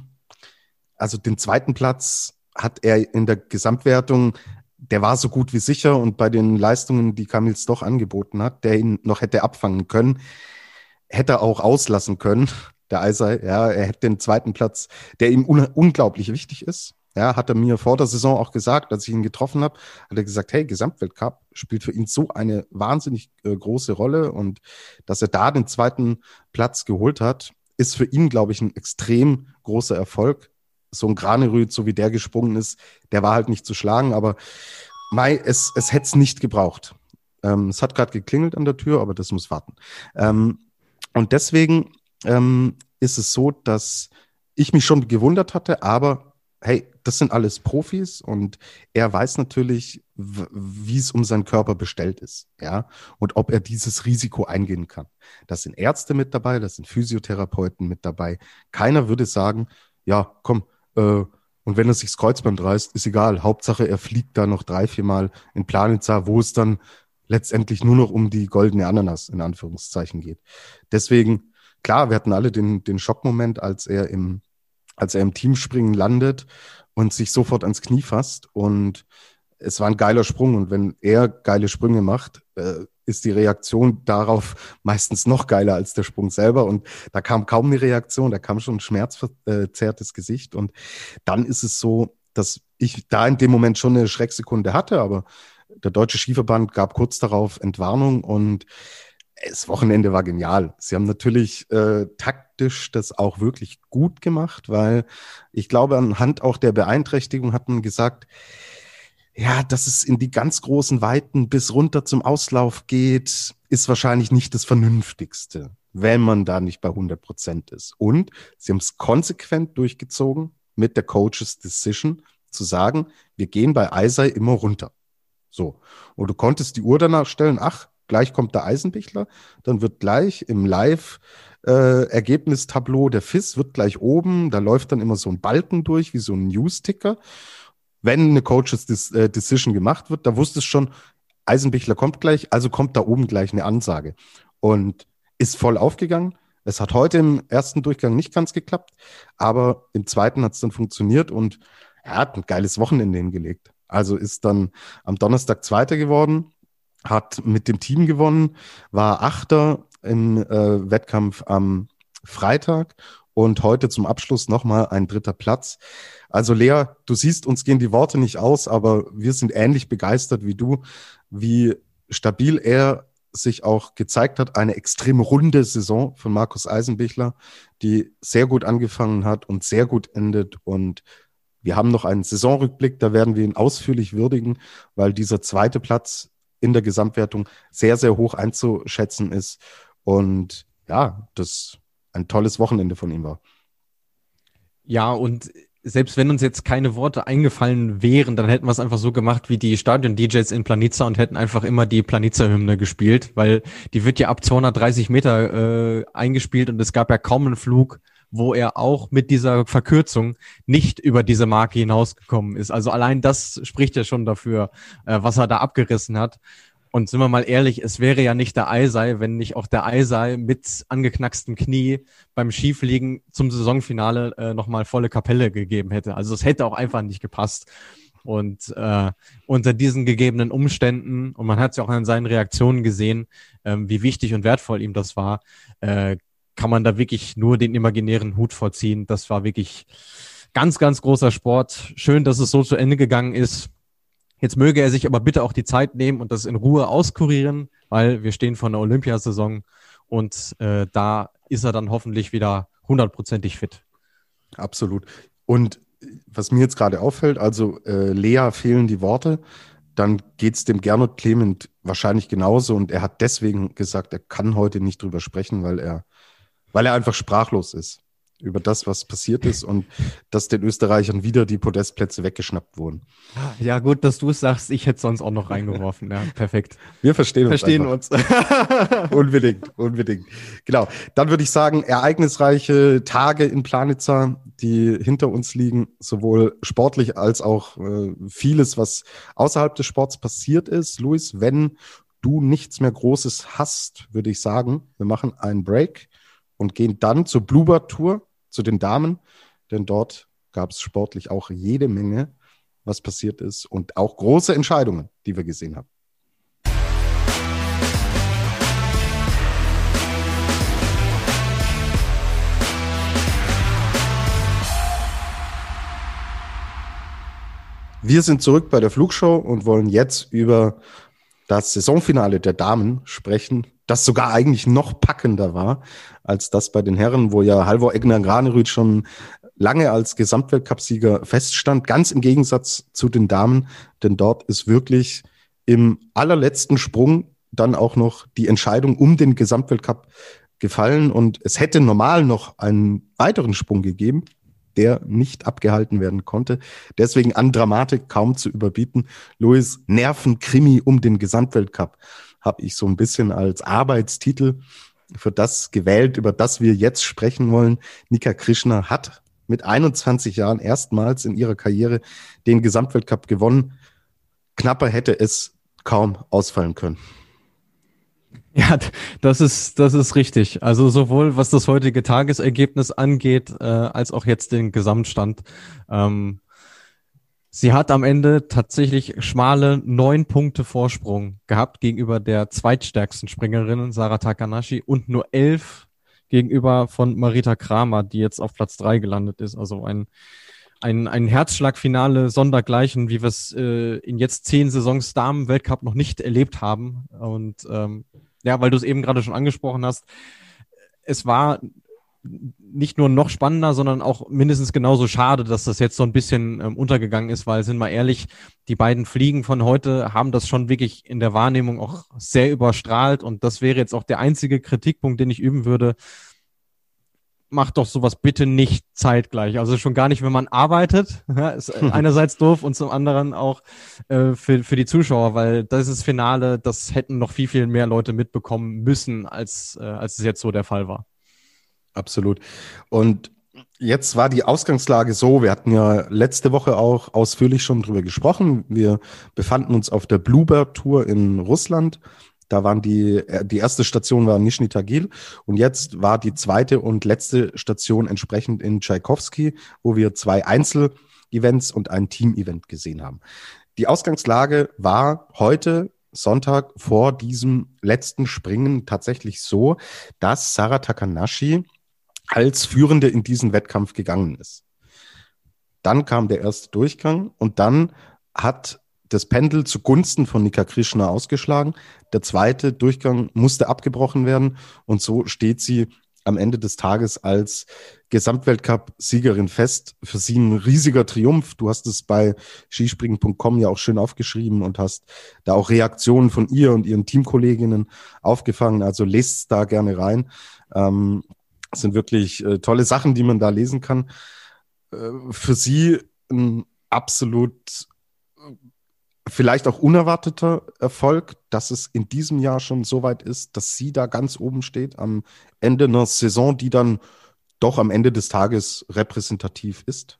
also den zweiten Platz hat er in der Gesamtwertung, der war so gut wie sicher und bei den Leistungen, die Kamil Stoch angeboten hat, der ihn noch hätte abfangen können, hätte er auch auslassen können, der Eisei, ja, er hätte den zweiten Platz, der ihm un- unglaublich wichtig ist. Ja, hat er mir vor der Saison auch gesagt, als ich ihn getroffen habe, hat er gesagt, hey, Gesamtweltcup spielt für ihn so eine wahnsinnig äh, große Rolle und dass er da den zweiten Platz geholt hat, ist für ihn, glaube ich, ein extrem großer Erfolg. So ein Granerüth, so wie der gesprungen ist, der war halt nicht zu schlagen, aber Mai, es, es hätte es nicht gebraucht. Ähm, es hat gerade geklingelt an der Tür, aber das muss warten. Ähm, und deswegen ähm, ist es so, dass ich mich schon gewundert hatte, aber hey, das sind alles Profis und er weiß natürlich, w- wie es um seinen Körper bestellt ist, ja, und ob er dieses Risiko eingehen kann. Da sind Ärzte mit dabei, da sind Physiotherapeuten mit dabei. Keiner würde sagen, ja, komm, äh, und wenn er sich das Kreuzband reißt, ist egal. Hauptsache, er fliegt da noch drei, vier Mal in Planitza, wo es dann letztendlich nur noch um die goldene Ananas in Anführungszeichen geht. Deswegen, klar, wir hatten alle den, den Schockmoment, als er im als er im Teamspringen landet und sich sofort ans Knie fasst. Und es war ein geiler Sprung. Und wenn er geile Sprünge macht, äh, ist die Reaktion darauf meistens noch geiler als der Sprung selber. Und da kam kaum eine Reaktion, da kam schon ein schmerzverzerrtes Gesicht. Und dann ist es so, dass ich da in dem Moment schon eine Schrecksekunde hatte, aber der Deutsche Skiverband gab kurz darauf Entwarnung und das Wochenende war genial. Sie haben natürlich äh, taktisch das auch wirklich gut gemacht, weil ich glaube, anhand auch der Beeinträchtigung hat man gesagt, ja, dass es in die ganz großen Weiten bis runter zum Auslauf geht, ist wahrscheinlich nicht das Vernünftigste, wenn man da nicht bei hundert Prozent ist. Und sie haben es konsequent durchgezogen mit der Coaches Decision zu sagen, wir gehen bei Eisei immer runter. So. Und du konntest die Uhr danach stellen, ach, gleich kommt der Eisenbichler, dann wird gleich im Live-Ergebnistableau äh, der F I S wird gleich oben, da läuft dann immer so ein Balken durch, wie so ein News-Ticker. Wenn eine Coaches Decision gemacht wird, da wusste es schon, Eisenbichler kommt gleich, also kommt da oben gleich eine Ansage. Und ist voll aufgegangen. Es hat heute im ersten Durchgang nicht ganz geklappt, aber im zweiten hat es dann funktioniert und er hat ein geiles Wochenende hingelegt. Also ist dann am Donnerstag Zweiter geworden, hat mit dem Team gewonnen, war Achter im äh, Wettkampf am Freitag und heute zum Abschluss nochmal ein dritter Platz. Also Lea, du siehst, uns gehen die Worte nicht aus, aber wir sind ähnlich begeistert wie du, wie stabil er sich auch gezeigt hat. Eine extrem runde Saison von Markus Eisenbichler, die sehr gut angefangen hat und sehr gut endet. Und wir haben noch einen Saisonrückblick, da werden wir ihn ausführlich würdigen, weil dieser zweite Platz in der Gesamtwertung sehr, sehr hoch einzuschätzen ist. Und ja, das ein tolles Wochenende von ihm war. Ja, und selbst wenn uns jetzt keine Worte eingefallen wären, dann hätten wir es einfach so gemacht wie die Stadion-D Js in Planica und hätten einfach immer die Planica-Hymne gespielt, weil die wird ja ab zweihundertdreißig Meter äh, eingespielt und es gab ja kaum einen Flug, wo er auch mit dieser Verkürzung nicht über diese Marke hinausgekommen ist. Also allein das spricht ja schon dafür, äh, was er da abgerissen hat. Und sind wir mal ehrlich, es wäre ja nicht der Eisei, wenn nicht auch der Eisei mit angeknackstem Knie beim Skifliegen zum Saisonfinale äh, nochmal volle Kapelle gegeben hätte. Also es hätte auch einfach nicht gepasst. Und äh, unter diesen gegebenen Umständen, und man hat es ja auch an seinen Reaktionen gesehen, äh, wie wichtig und wertvoll ihm das war, äh, kann man da wirklich nur den imaginären Hut vorziehen. Das war wirklich ganz, ganz großer Sport. Schön, dass es so zu Ende gegangen ist. Jetzt möge er sich aber bitte auch die Zeit nehmen und das in Ruhe auskurieren, weil wir stehen vor einer Olympiasaison und äh, da ist er dann hoffentlich wieder hundertprozentig fit. Absolut. Und was mir jetzt gerade auffällt, also äh, Lea fehlen die Worte, dann geht es dem Gernot Clement wahrscheinlich genauso und er hat deswegen gesagt, er kann heute nicht drüber sprechen, weil er, weil er einfach sprachlos ist über das, was passiert ist und dass den Österreichern wieder die Podestplätze weggeschnappt wurden. Ja, gut, dass du es sagst. Ich hätte sonst auch noch reingeworfen. Ja, perfekt. Wir verstehen uns. Verstehen uns. Unbedingt, unbedingt. Genau. Dann würde ich sagen, ereignisreiche Tage in Planica, die hinter uns liegen, sowohl sportlich als auch äh, vieles, was außerhalb des Sports passiert ist. Luis, wenn du nichts mehr Großes hast, würde ich sagen, wir machen einen Break und gehen dann zur Bluebird Tour, zu den Damen, denn dort gab es sportlich auch jede Menge, was passiert ist und auch große Entscheidungen, die wir gesehen haben. Wir sind zurück bei der Flugshow und wollen jetzt über das Saisonfinale der Damen sprechen, das sogar eigentlich noch packender war als das bei den Herren, wo ja Halvor Egner Granerud schon lange als Gesamtweltcupsieger feststand, ganz im Gegensatz zu den Damen, denn dort ist wirklich im allerletzten Sprung dann auch noch die Entscheidung um den Gesamtweltcup gefallen und es hätte normal noch einen weiteren Sprung gegeben, der nicht abgehalten werden konnte. Deswegen an Dramatik kaum zu überbieten. Luis, Nervenkrimi um den Gesamtweltcup habe ich so ein bisschen als Arbeitstitel für das gewählt, über das wir jetzt sprechen wollen. Nika Krishna hat mit einundzwanzig Jahren erstmals in ihrer Karriere den Gesamtweltcup gewonnen. Knapper hätte es kaum ausfallen können. Ja, das ist, das ist richtig. Also sowohl was das heutige Tagesergebnis angeht, äh, als auch jetzt den Gesamtstand. Ähm, sie hat am Ende tatsächlich schmale neun Punkte Vorsprung gehabt gegenüber der zweitstärksten Springerin, Sara Takanashi, und nur elf gegenüber von Marita Kramer, die jetzt auf Platz drei gelandet ist. Also ein Ein, ein Herzschlagfinale sondergleichen, wie wir es äh, in jetzt zehn Saisons Damen-Weltcup noch nicht erlebt haben. Und ähm, ja, weil du es eben gerade schon angesprochen hast, es war nicht nur noch spannender, sondern auch mindestens genauso schade, dass das jetzt so ein bisschen ähm, untergegangen ist, weil, sind wir ehrlich, die beiden Fliegen von heute haben das schon wirklich in der Wahrnehmung auch sehr überstrahlt. Und das wäre jetzt auch der einzige Kritikpunkt, den ich üben würde. Macht doch sowas bitte nicht zeitgleich. Also schon gar nicht, wenn man arbeitet. Ja, ist einerseits doof und zum anderen auch äh, für, für die Zuschauer, weil das ist Finale, das hätten noch viel, viel mehr Leute mitbekommen müssen, als, äh, als es jetzt so der Fall war. Absolut. Und jetzt war die Ausgangslage so, wir hatten ja letzte Woche auch ausführlich schon drüber gesprochen. Wir befanden uns auf der Bluebird Tour in Russland. Da waren die, die erste Station war Nischni Tagil und jetzt war die zweite und letzte Station entsprechend in Tschaikowski, wo wir zwei Einzel-Events und ein Team-Event gesehen haben. Die Ausgangslage war heute Sonntag vor diesem letzten Springen tatsächlich so, dass Sara Takanashi als Führende in diesen Wettkampf gegangen ist. Dann kam der erste Durchgang und dann hat das Pendel zugunsten von Nika Krishna ausgeschlagen. Der zweite Durchgang musste abgebrochen werden und so steht sie am Ende des Tages als Gesamtweltcup-Siegerin fest. Für sie ein riesiger Triumph. Du hast es bei skispringen punkt com ja auch schön aufgeschrieben und hast da auch Reaktionen von ihr und ihren Teamkolleginnen aufgefangen. Also lest es da gerne rein. Ähm, es sind wirklich äh, tolle Sachen, die man da lesen kann. Äh, für sie ein absolut vielleicht auch unerwarteter Erfolg, dass es in diesem Jahr schon so weit ist, dass sie da ganz oben steht am Ende einer Saison, die dann doch am Ende des Tages repräsentativ ist?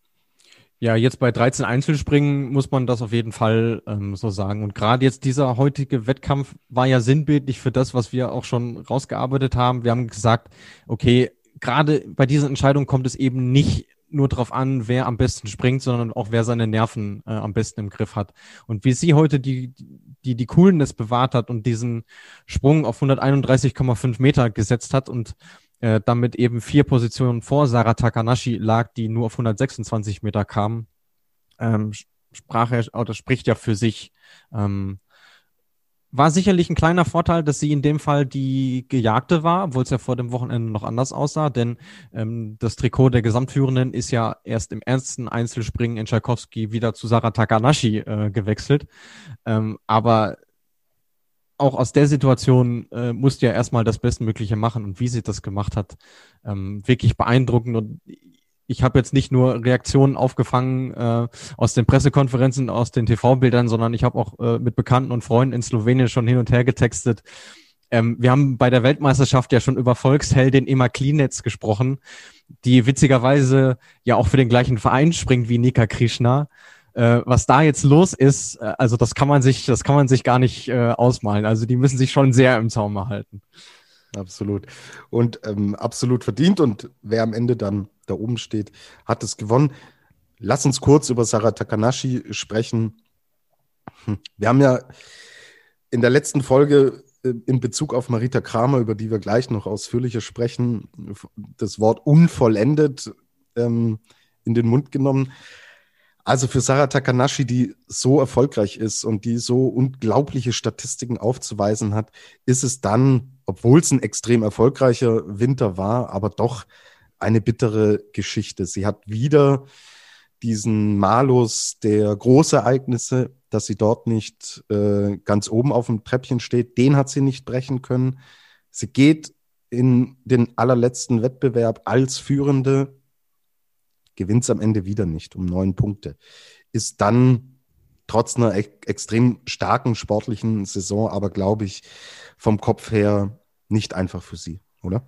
Ja, jetzt bei dreizehn Einzelspringen muss man das auf jeden Fall ähm, so sagen. Und gerade jetzt dieser heutige Wettkampf war ja sinnbildlich für das, was wir auch schon rausgearbeitet haben. Wir haben gesagt, okay, gerade bei dieser Entscheidung kommt es eben nicht nur darauf an, wer am besten springt, sondern auch wer seine Nerven äh, am besten im Griff hat. Und wie sie heute die die die Coolness bewahrt hat und diesen Sprung auf hunderteinunddreißig Komma fünf Meter gesetzt hat und äh, damit eben vier Positionen vor Sara Takanashi lag, die nur auf hundertsechsundzwanzig Meter kam, ähm, sprach er, oder spricht ja für sich. Ähm, war sicherlich ein kleiner Vorteil, dass sie in dem Fall die Gejagte war, obwohl es ja vor dem Wochenende noch anders aussah, denn ähm, das Trikot der Gesamtführenden ist ja erst im ersten Einzelspringen in Tschaikowski wieder zu Sarah Takanashi äh, gewechselt. Ähm, aber auch aus der Situation äh, musste ja erstmal das Bestmögliche machen, und wie sie das gemacht hat, ähm, wirklich beeindruckend. Und ich habe jetzt nicht nur Reaktionen aufgefangen äh, aus den Pressekonferenzen, aus den T V-Bildern, sondern ich habe auch äh, mit Bekannten und Freunden in Slowenien schon hin und her getextet. Ähm, wir haben bei der Weltmeisterschaft ja schon über Volksheldin Emma Klinetz gesprochen, die witzigerweise ja auch für den gleichen Verein springt wie Nika Krishna. Äh, was da jetzt los ist, äh, also das kann man sich, das kann man sich gar nicht äh, ausmalen. Also die müssen sich schon sehr im Zaum halten. Absolut. Und ähm, absolut verdient. Und wer am Ende dann da oben steht, hat es gewonnen. Lass uns kurz über Sarah Takanashi sprechen. Wir haben ja in der letzten Folge äh, in Bezug auf Marita Kramer, über die wir gleich noch ausführlicher sprechen, das Wort unvollendet ähm, in den Mund genommen. Also für Sarah Takanashi, die so erfolgreich ist und die so unglaubliche Statistiken aufzuweisen hat, ist es dann, obwohl es ein extrem erfolgreicher Winter war, aber doch eine bittere Geschichte. Sie hat wieder diesen Malus der Großereignisse, dass sie dort nicht äh, ganz oben auf dem Treppchen steht, den hat sie nicht brechen können. Sie geht in den allerletzten Wettbewerb als Führende, gewinnt es am Ende wieder nicht um neun Punkte. Ist dann trotz einer e- extrem starken sportlichen Saison, aber glaube ich, vom Kopf her nicht einfach für sie, oder?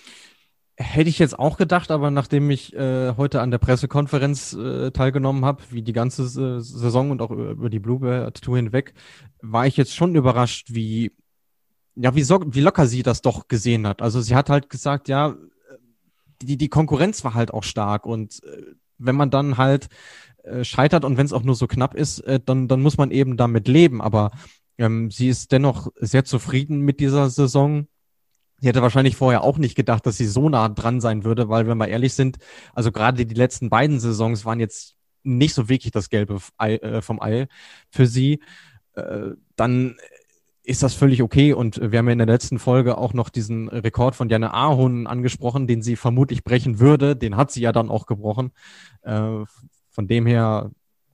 Hätte ich jetzt auch gedacht, aber nachdem ich äh, heute an der Pressekonferenz äh, teilgenommen habe, wie die ganze äh, Saison und auch über die Bluebird Tour hinweg, war ich jetzt schon überrascht, wie, ja, wie, so, wie locker sie das doch gesehen hat. Also sie hat halt gesagt, ja, die, die Konkurrenz war halt auch stark, und äh, wenn man dann halt äh, scheitert und wenn es auch nur so knapp ist, äh, dann, dann muss man eben damit leben. Aber ähm, sie ist dennoch sehr zufrieden mit dieser Saison. Sie hätte wahrscheinlich vorher auch nicht gedacht, dass sie so nah dran sein würde, weil, wenn wir ehrlich sind, also gerade die letzten beiden Saisons waren jetzt nicht so wirklich das Gelbe Ei, äh, vom Ei für sie. Äh, dann ist das völlig okay. Und wir haben ja in der letzten Folge auch noch diesen Rekord von Janne Ahon angesprochen, den sie vermutlich brechen würde. Den hat sie ja dann auch gebrochen. Äh, von dem her,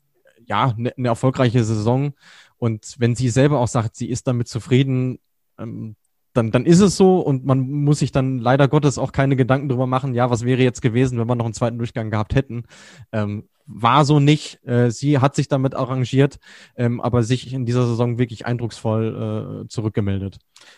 ja, eine ne erfolgreiche Saison. Und wenn sie selber auch sagt, sie ist damit zufrieden, ähm, dann, dann ist es so, und man muss sich dann leider Gottes auch keine Gedanken drüber machen, ja, was wäre jetzt gewesen, wenn wir noch einen zweiten Durchgang gehabt hätten. Ähm, war so nicht. Äh, sie hat sich damit arrangiert, ähm, aber sich in dieser Saison wirklich eindrucksvoll äh, zurückgemeldet.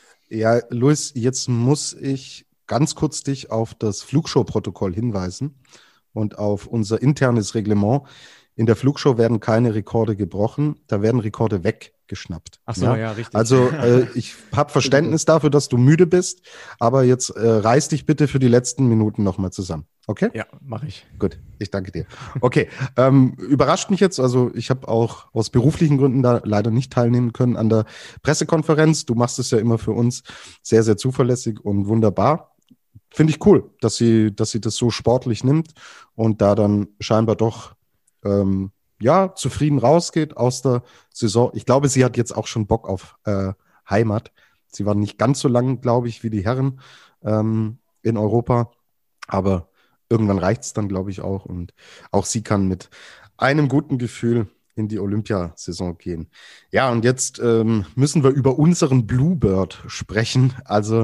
Ja, Luis, jetzt muss ich ganz kurz dich auf das Flugshow-Protokoll hinweisen und auf unser internes Reglement. In der Flugshow werden keine Rekorde gebrochen, da werden Rekorde weggeschnappt. Ach so, ja, ja, richtig. Also äh, ich habe Verständnis dafür, dass du müde bist, aber jetzt äh, reiß dich bitte für die letzten Minuten nochmal zusammen. Okay? Ja, mache ich. Gut, ich danke dir. Okay, ähm, überrascht mich jetzt, also ich habe auch aus beruflichen Gründen da leider nicht teilnehmen können an der Pressekonferenz. Du machst es ja immer für uns sehr, sehr zuverlässig und wunderbar. Finde ich cool, dass sie, dass sie das so sportlich nimmt und da dann scheinbar doch ähm, ja, zufrieden rausgeht aus der Saison. Ich glaube, sie hat jetzt auch schon Bock auf äh, Heimat. Sie war nicht ganz so lang, glaube ich, wie die Herren ähm, in Europa, aber irgendwann reicht es dann, glaube ich, auch. Und auch sie kann mit einem guten Gefühl in die Olympiasaison gehen. Ja, und jetzt ähm, müssen wir über unseren Bluebird sprechen. Also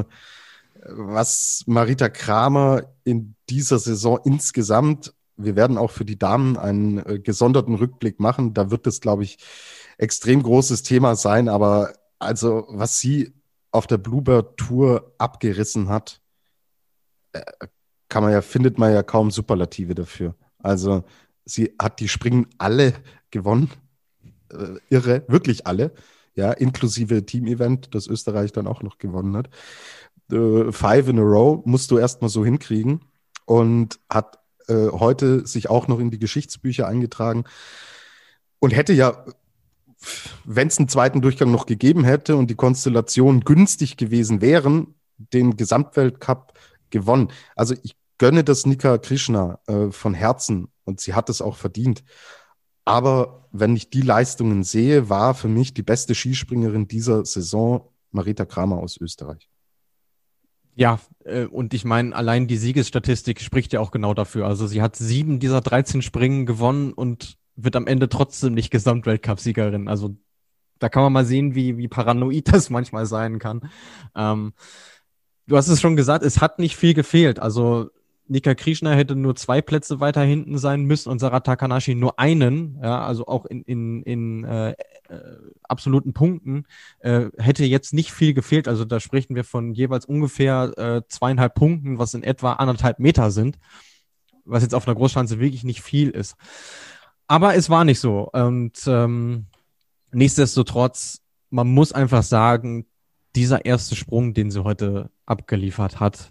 was Marita Kramer in dieser Saison insgesamt, wir werden auch für die Damen einen äh, gesonderten Rückblick machen. Da wird es, glaube ich, extrem großes Thema sein. Aber also was sie auf der Bluebird Tour abgerissen hat, äh, kann man ja, findet man ja kaum Superlative dafür. Also sie hat die Springen alle gewonnen. Äh, irre, wirklich alle. Ja, inklusive Team-Event, das Österreich dann auch noch gewonnen hat. Äh, five in a row musst du erstmal so hinkriegen. Und hat äh, heute sich auch noch in die Geschichtsbücher eingetragen. Und hätte ja, wenn es einen zweiten Durchgang noch gegeben hätte und die Konstellationen günstig gewesen wären, den Gesamtweltcup gewonnen. Also ich gönne das Nika Krishna äh, von Herzen und sie hat es auch verdient. Aber wenn ich die Leistungen sehe, war für mich die beste Skispringerin dieser Saison Marita Kramer aus Österreich. Ja, äh, und ich meine, allein die Siegesstatistik spricht ja auch genau dafür. Also sie hat sieben dieser dreizehn Springen gewonnen und wird am Ende trotzdem nicht Gesamtweltcup-Siegerin. Also da kann man mal sehen, wie, wie paranoid das manchmal sein kann. Ähm, du hast es schon gesagt, es hat nicht viel gefehlt. Also Nika Krishna hätte nur zwei Plätze weiter hinten sein müssen und Sarah Takanashi nur einen, ja, also auch in, in, in äh, äh, absoluten Punkten, äh, hätte jetzt nicht viel gefehlt. Also da sprechen wir von jeweils ungefähr äh, zweieinhalb Punkten, was in etwa anderthalb Meter sind, was jetzt auf einer Großschanze wirklich nicht viel ist. Aber es war nicht so. Und ähm, nichtsdestotrotz, man muss einfach sagen, dieser erste Sprung, den sie heute abgeliefert hat,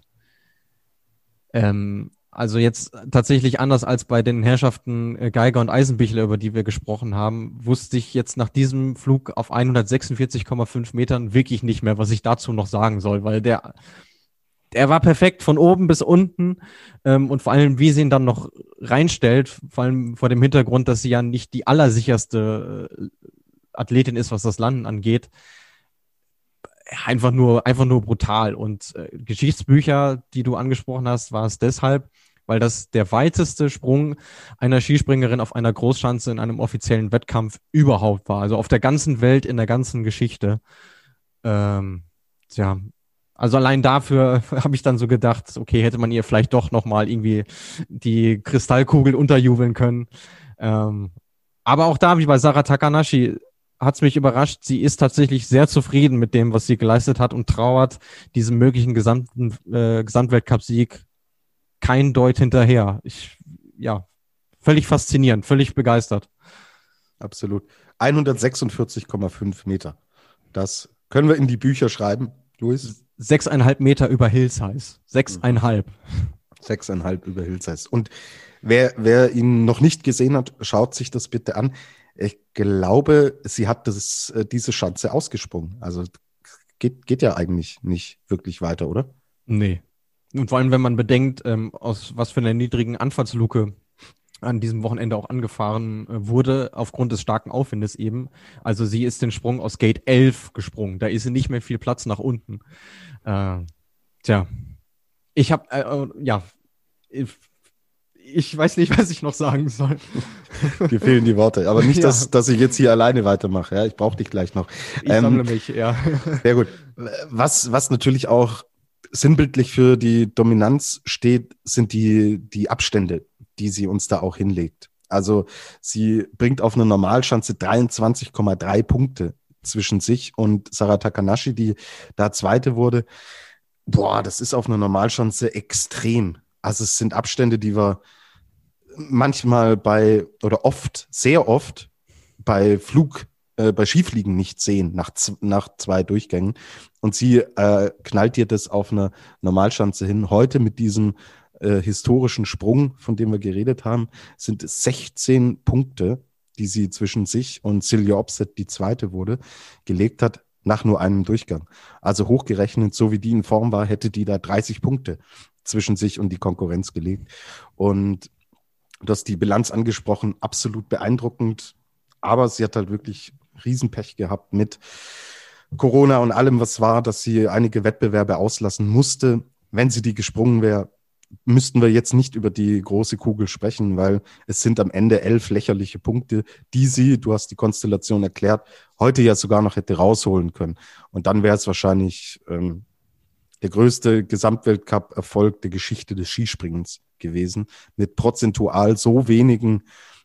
Ähm, also jetzt tatsächlich anders als bei den Herrschaften äh, Geiger und Eisenbichler, über die wir gesprochen haben, wusste ich jetzt nach diesem Flug auf hundertsechsundvierzig Komma fünf Metern wirklich nicht mehr, was ich dazu noch sagen soll, weil der, der war perfekt von oben bis unten ähm, und vor allem, wie sie ihn dann noch reinstellt, vor allem vor dem Hintergrund, dass sie ja nicht die allersicherste äh, Athletin ist, was das Landen angeht. Einfach nur, einfach nur brutal. Und äh, Geschichtsbücher, die du angesprochen hast, war es deshalb, weil das der weiteste Sprung einer Skispringerin auf einer Großschanze in einem offiziellen Wettkampf überhaupt war. Also auf der ganzen Welt, in der ganzen Geschichte. Ähm, tja, also allein dafür habe ich dann so gedacht, okay, hätte man ihr vielleicht doch nochmal irgendwie die Kristallkugel unterjubeln können. Ähm, aber auch da, wie bei Sarah Takanashi, hat es mich überrascht. Sie ist tatsächlich sehr zufrieden mit dem, was sie geleistet hat und trauert diesem möglichen gesamten äh, Gesamtweltcup-Sieg kein Deut hinterher. Ich, ja, völlig faszinierend, völlig begeistert. Absolut. hundertsechsundvierzig Komma fünf Meter. Das können wir in die Bücher schreiben, Luis. Sechseinhalb Meter über Hillsize. Sechseinhalb. Sechseinhalb über Hillsize. Und wer, wer ihn noch nicht gesehen hat, schaut sich das bitte an. Ich glaube, sie hat das, diese Schanze ausgesprungen. Also geht, geht ja eigentlich nicht wirklich weiter, oder? Nee. Und vor allem, wenn man bedenkt, ähm, aus was für einer niedrigen Anfahrtsluke an diesem Wochenende auch angefahren äh, wurde, aufgrund des starken Aufwindes eben. Also sie ist den Sprung aus Gate elf gesprungen. Da ist nicht mehr viel Platz nach unten. Äh, tja. Ich habe, äh, ja, ich, ich weiß nicht, was ich noch sagen soll. Dir fehlen die Worte. Aber nicht, Ja. dass, dass ich jetzt hier alleine weitermache. Ja, ich brauche dich gleich noch. Ich ähm, sammle mich, ja. Sehr gut. Was, was natürlich auch sinnbildlich für die Dominanz steht, sind die, die Abstände, die sie uns da auch hinlegt. Also sie bringt auf eine Normalschanze dreiundzwanzig Komma drei Punkte zwischen sich und Sarah Takanashi, die da Zweite wurde. Boah, das ist auf einer Normalschanze extrem. Also es sind Abstände, die wir manchmal bei, oder oft, sehr oft bei Flug, äh, bei Skifliegen nicht sehen, nach, z- nach zwei Durchgängen. Und sie äh, knallt dir das auf einer Normalschanze hin. Heute mit diesem äh, historischen Sprung, von dem wir geredet haben, sind es sechzehn Punkte, die sie zwischen sich und Silja Opset, die Zweite wurde, gelegt hat, nach nur einem Durchgang. Also hochgerechnet, so wie die in Form war, hätte die da dreißig Punkte zwischen sich und die Konkurrenz gelegt. Und du hast die Bilanz angesprochen, absolut beeindruckend. Aber sie hat halt wirklich Riesenpech gehabt mit Corona und allem, was war, dass sie einige Wettbewerbe auslassen musste. Wenn sie die gesprungen wäre, müssten wir jetzt nicht über die große Kugel sprechen, weil es sind am Ende elf lächerliche Punkte, die sie, du hast die Konstellation erklärt, heute ja sogar noch hätte rausholen können. Und dann wäre es wahrscheinlich ähm, der größte Gesamtweltcup-Erfolg der Geschichte des Skispringens gewesen, mit prozentual so wenigen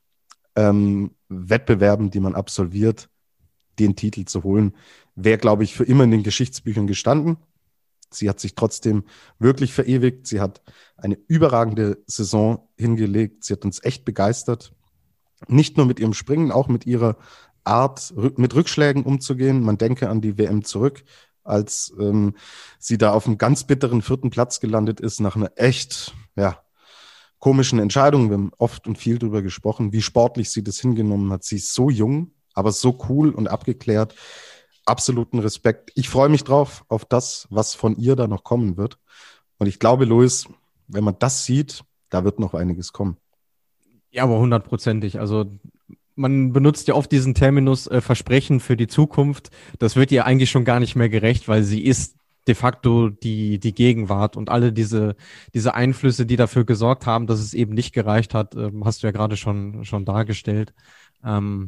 ähm, Wettbewerben, die man absolviert, den Titel zu holen, wäre, glaube ich, für immer in den Geschichtsbüchern gestanden. Sie hat sich trotzdem wirklich verewigt. Sie hat eine überragende Saison hingelegt. Sie hat uns echt begeistert. Nicht nur mit ihrem Springen, auch mit ihrer Art, mit Rückschlägen umzugehen. Man denke an die W M zurück, als ähm, sie da auf einem ganz bitteren vierten Platz gelandet ist, nach einer echt, ja, komischen Entscheidung. Wir haben oft und viel darüber gesprochen, wie sportlich sie das hingenommen hat. Sie ist so jung, aber so cool und abgeklärt. Absoluten Respekt. Ich freue mich drauf, auf das, was von ihr da noch kommen wird. Und ich glaube, Luis, wenn man das sieht, da wird noch einiges kommen. Ja, aber hundertprozentig. Also man benutzt ja oft diesen Terminus äh, Versprechen für die Zukunft. Das wird ihr eigentlich schon gar nicht mehr gerecht, weil sie ist de facto die die Gegenwart und alle diese diese Einflüsse, die dafür gesorgt haben, dass es eben nicht gereicht hat, ähm, hast du ja gerade schon schon dargestellt. Ähm,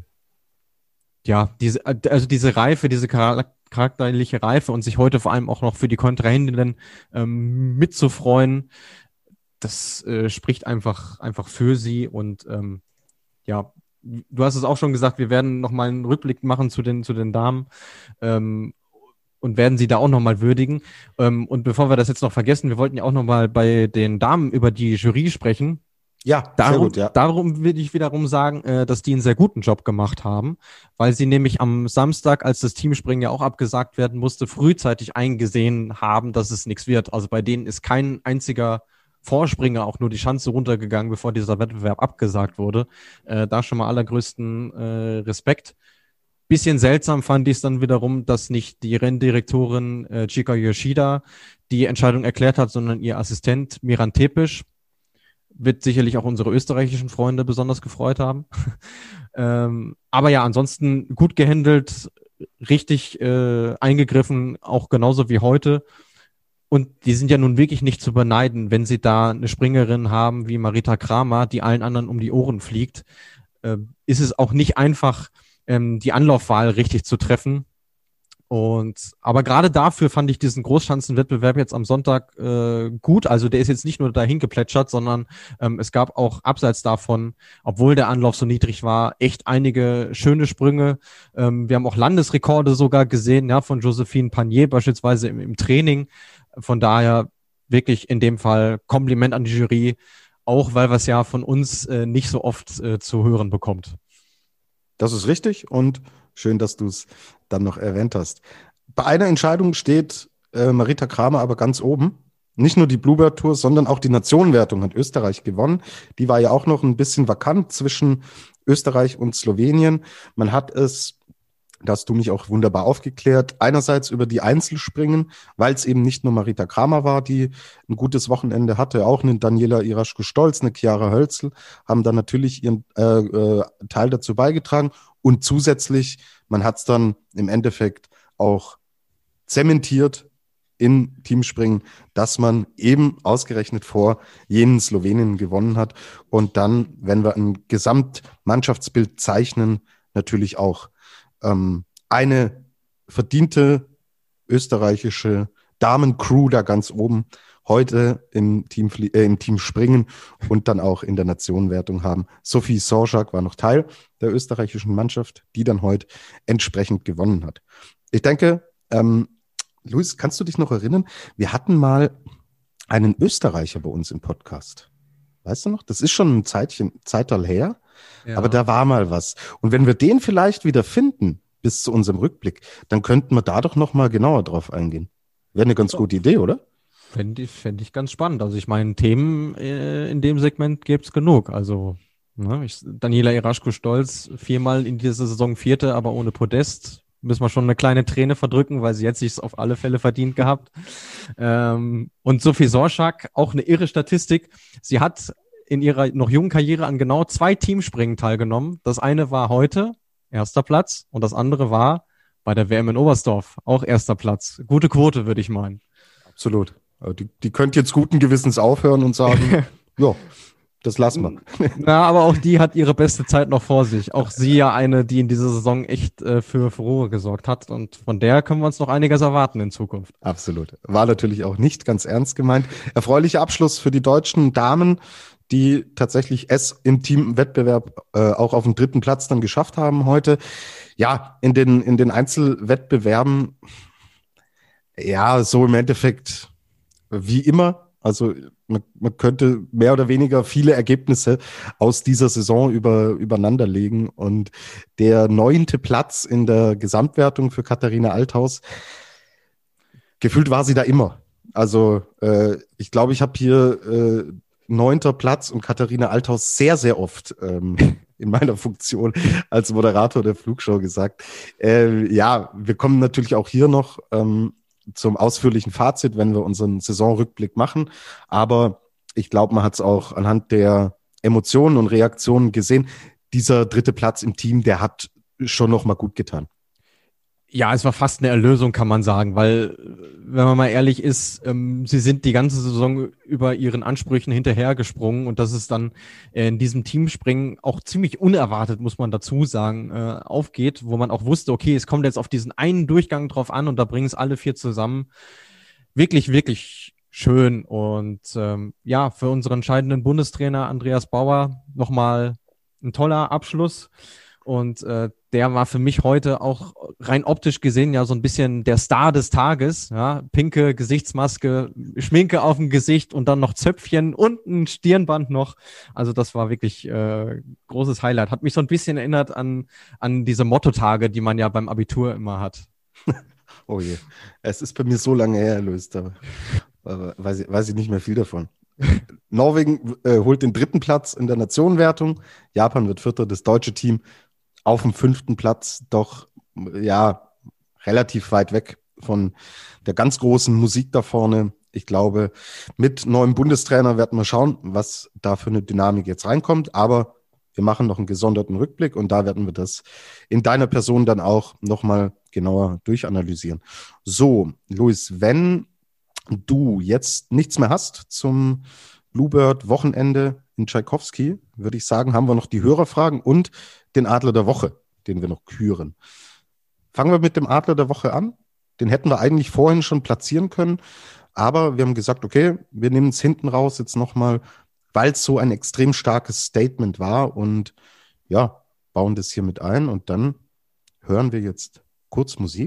ja, diese also diese Reife, diese Charak- charakterliche Reife und sich heute vor allem auch noch für die Kontrahendinnen ähm, mitzufreuen, das äh, spricht einfach einfach für sie und ähm, ja, du hast es auch schon gesagt, wir werden nochmal einen Rückblick machen zu den, zu den Damen ähm, und werden sie da auch nochmal würdigen. Ähm, und bevor wir das jetzt noch vergessen, wir wollten ja auch nochmal bei den Damen über die Jury sprechen. Ja, Darum, sehr gut, ja. Darum will ich wiederum sagen, äh, dass die einen sehr guten Job gemacht haben, weil sie nämlich am Samstag, als das Teamspringen ja auch abgesagt werden musste, frühzeitig eingesehen haben, dass es nichts wird. Also bei denen ist kein einziger Vorspringer auch nur die Schanze runtergegangen, bevor dieser Wettbewerb abgesagt wurde. Äh, da schon mal allergrößten äh, Respekt. Bisschen seltsam fand ich es dann wiederum, dass nicht die Renndirektorin äh, Chika Yoshida die Entscheidung erklärt hat, sondern ihr Assistent Miran Tepic. Wird sicherlich auch unsere österreichischen Freunde besonders gefreut haben. ähm, aber ja, ansonsten gut gehandelt, richtig äh, eingegriffen, auch genauso wie heute. Und die sind ja nun wirklich nicht zu beneiden, wenn sie da eine Springerin haben wie Marita Kramer, die allen anderen um die Ohren fliegt. Äh, ist es auch nicht einfach, ähm, die Anlaufwahl richtig zu treffen. Und aber gerade dafür fand ich diesen Großschanzenwettbewerb jetzt am Sonntag äh, gut. Also der ist jetzt nicht nur dahin geplätschert, sondern ähm, es gab auch abseits davon, obwohl der Anlauf so niedrig war, echt einige schöne Sprünge. Ähm, wir haben auch Landesrekorde sogar gesehen, ja, von Josephine Panier beispielsweise im, im Training. Von daher wirklich in dem Fall Kompliment an die Jury, auch weil wir es ja von uns äh, nicht so oft äh, zu hören bekommt. Das ist richtig und schön, dass du es dann noch erwähnt hast. Bei einer Entscheidung steht äh, Marita Kramer aber ganz oben. Nicht nur die Bluebird Tour, sondern auch die Nationenwertung hat Österreich gewonnen. Die war ja auch noch ein bisschen vakant zwischen Österreich und Slowenien. Man hat es, da hast du mich auch wunderbar aufgeklärt, einerseits über die Einzelspringen, weil es eben nicht nur Marita Kramer war, die ein gutes Wochenende hatte, auch eine Daniela Iraschko-Stolz, eine Chiara Hölzl, haben dann natürlich ihren äh, äh, Teil dazu beigetragen. Und zusätzlich, man hat es dann im Endeffekt auch zementiert in Teamspringen, dass man eben ausgerechnet vor jenen Sloweninnen gewonnen hat. Und dann, wenn wir ein Gesamtmannschaftsbild zeichnen, natürlich auch ähm, eine verdiente österreichische Damencrew da ganz oben heute im Team, äh, im Team Springen und dann auch in der Nationenwertung haben. Sophie Sorjak war noch Teil der österreichischen Mannschaft, die dann heute entsprechend gewonnen hat. Ich denke, ähm, Luis, kannst du dich noch erinnern? Wir hatten mal einen Österreicher bei uns im Podcast. Weißt du noch? Das ist schon ein Zeitchen, Zeitteil her, ja. Aber da war mal was. Und wenn wir den vielleicht wieder finden, bis zu unserem Rückblick, dann könnten wir da doch noch mal genauer drauf eingehen. Wäre eine ganz so. gute Idee, oder? Fände ich, fänd ich ganz spannend. Also ich meine, Themen äh, in dem Segment gäbe es genug. Also ne, ich, Daniela Iraschko-Stolz, viermal in dieser Saison Vierte, aber ohne Podest. Müssen wir schon eine kleine Träne verdrücken, weil sie jetzt sich auf alle Fälle verdient gehabt. Ähm, und Sophie Sorjak, auch eine irre Statistik. Sie hat in ihrer noch jungen Karriere an genau zwei Teamspringen teilgenommen. Das eine war heute, erster Platz, und das andere war bei der W M in Oberstdorf, auch erster Platz. Gute Quote, würde ich meinen. Absolut. Die, die könnt jetzt guten Gewissens aufhören und sagen, ja, das lassen wir. Na, aber auch die hat ihre beste Zeit noch vor sich. Auch sie ja eine, die in dieser Saison echt äh, für Furore gesorgt hat. Und von der können wir uns noch einiges erwarten in Zukunft. Absolut. War natürlich auch nicht ganz ernst gemeint. Erfreulicher Abschluss für die deutschen Damen, die tatsächlich es im Teamwettbewerb äh, auch auf den dritten Platz dann geschafft haben heute. Ja, in den, in den Einzelwettbewerben, ja, so im Endeffekt wie immer. Also man, man könnte mehr oder weniger viele Ergebnisse aus dieser Saison über, übereinander legen. Und der neunte Platz in der Gesamtwertung für Katharina Althaus, gefühlt war sie da immer. Also äh, ich glaube, ich habe hier äh, neunter Platz und Katharina Althaus sehr, sehr oft ähm, in meiner Funktion als Moderator der Flugshow gesagt. Äh, ja, wir kommen natürlich auch hier noch ähm, zum ausführlichen Fazit, wenn wir unseren Saisonrückblick machen. Aber ich glaube, man hat es auch anhand der Emotionen und Reaktionen gesehen. dieser dritte Platz im Team, der hat schon nochmal gut getan. Ja, es war fast eine Erlösung, kann man sagen, weil, wenn man mal ehrlich ist, ähm, sie sind die ganze Saison über ihren Ansprüchen hinterhergesprungen und dass es dann äh, in diesem Teamspringen auch ziemlich unerwartet, muss man dazu sagen, äh, aufgeht, wo man auch wusste, okay, es kommt jetzt auf diesen einen Durchgang drauf an und da bringen es alle vier zusammen. Wirklich, wirklich schön und ähm, ja, für unseren entscheidenden Bundestrainer Andreas Bauer nochmal ein toller Abschluss. Und äh, der war für mich heute auch rein optisch gesehen ja so ein bisschen der Star des Tages. Ja, pinke Gesichtsmaske, Schminke auf dem Gesicht und dann noch Zöpfchen und ein Stirnband noch. Also das war wirklich äh, großes Highlight. Hat mich so ein bisschen erinnert an, an diese Mottotage, die man ja beim Abitur immer hat. Oh je, es ist bei mir so lange her, Luis, da weiß ich, weiß ich nicht mehr viel davon. Norwegen äh, holt den dritten Platz in der Nationenwertung. Japan wird Vierter, das deutsche Team auf dem fünften Platz, doch ja relativ weit weg von der ganz großen Musik da vorne. Ich glaube, mit neuem Bundestrainer werden wir schauen, was da für eine Dynamik jetzt reinkommt. Aber wir machen noch einen gesonderten Rückblick und da werden wir das in deiner Person dann auch nochmal genauer durchanalysieren. So, Luis, wenn du jetzt nichts mehr hast zum Bluebird-Wochenende in Tschaikowski, würde ich sagen, haben wir noch die Hörerfragen und den Adler der Woche, den wir noch küren. Fangen wir mit dem Adler der Woche an. Den hätten wir eigentlich vorhin schon platzieren können, aber wir haben gesagt, okay, wir nehmen es hinten raus jetzt nochmal, weil es so ein extrem starkes Statement war und ja, bauen das hier mit ein und dann hören wir jetzt kurz Musik.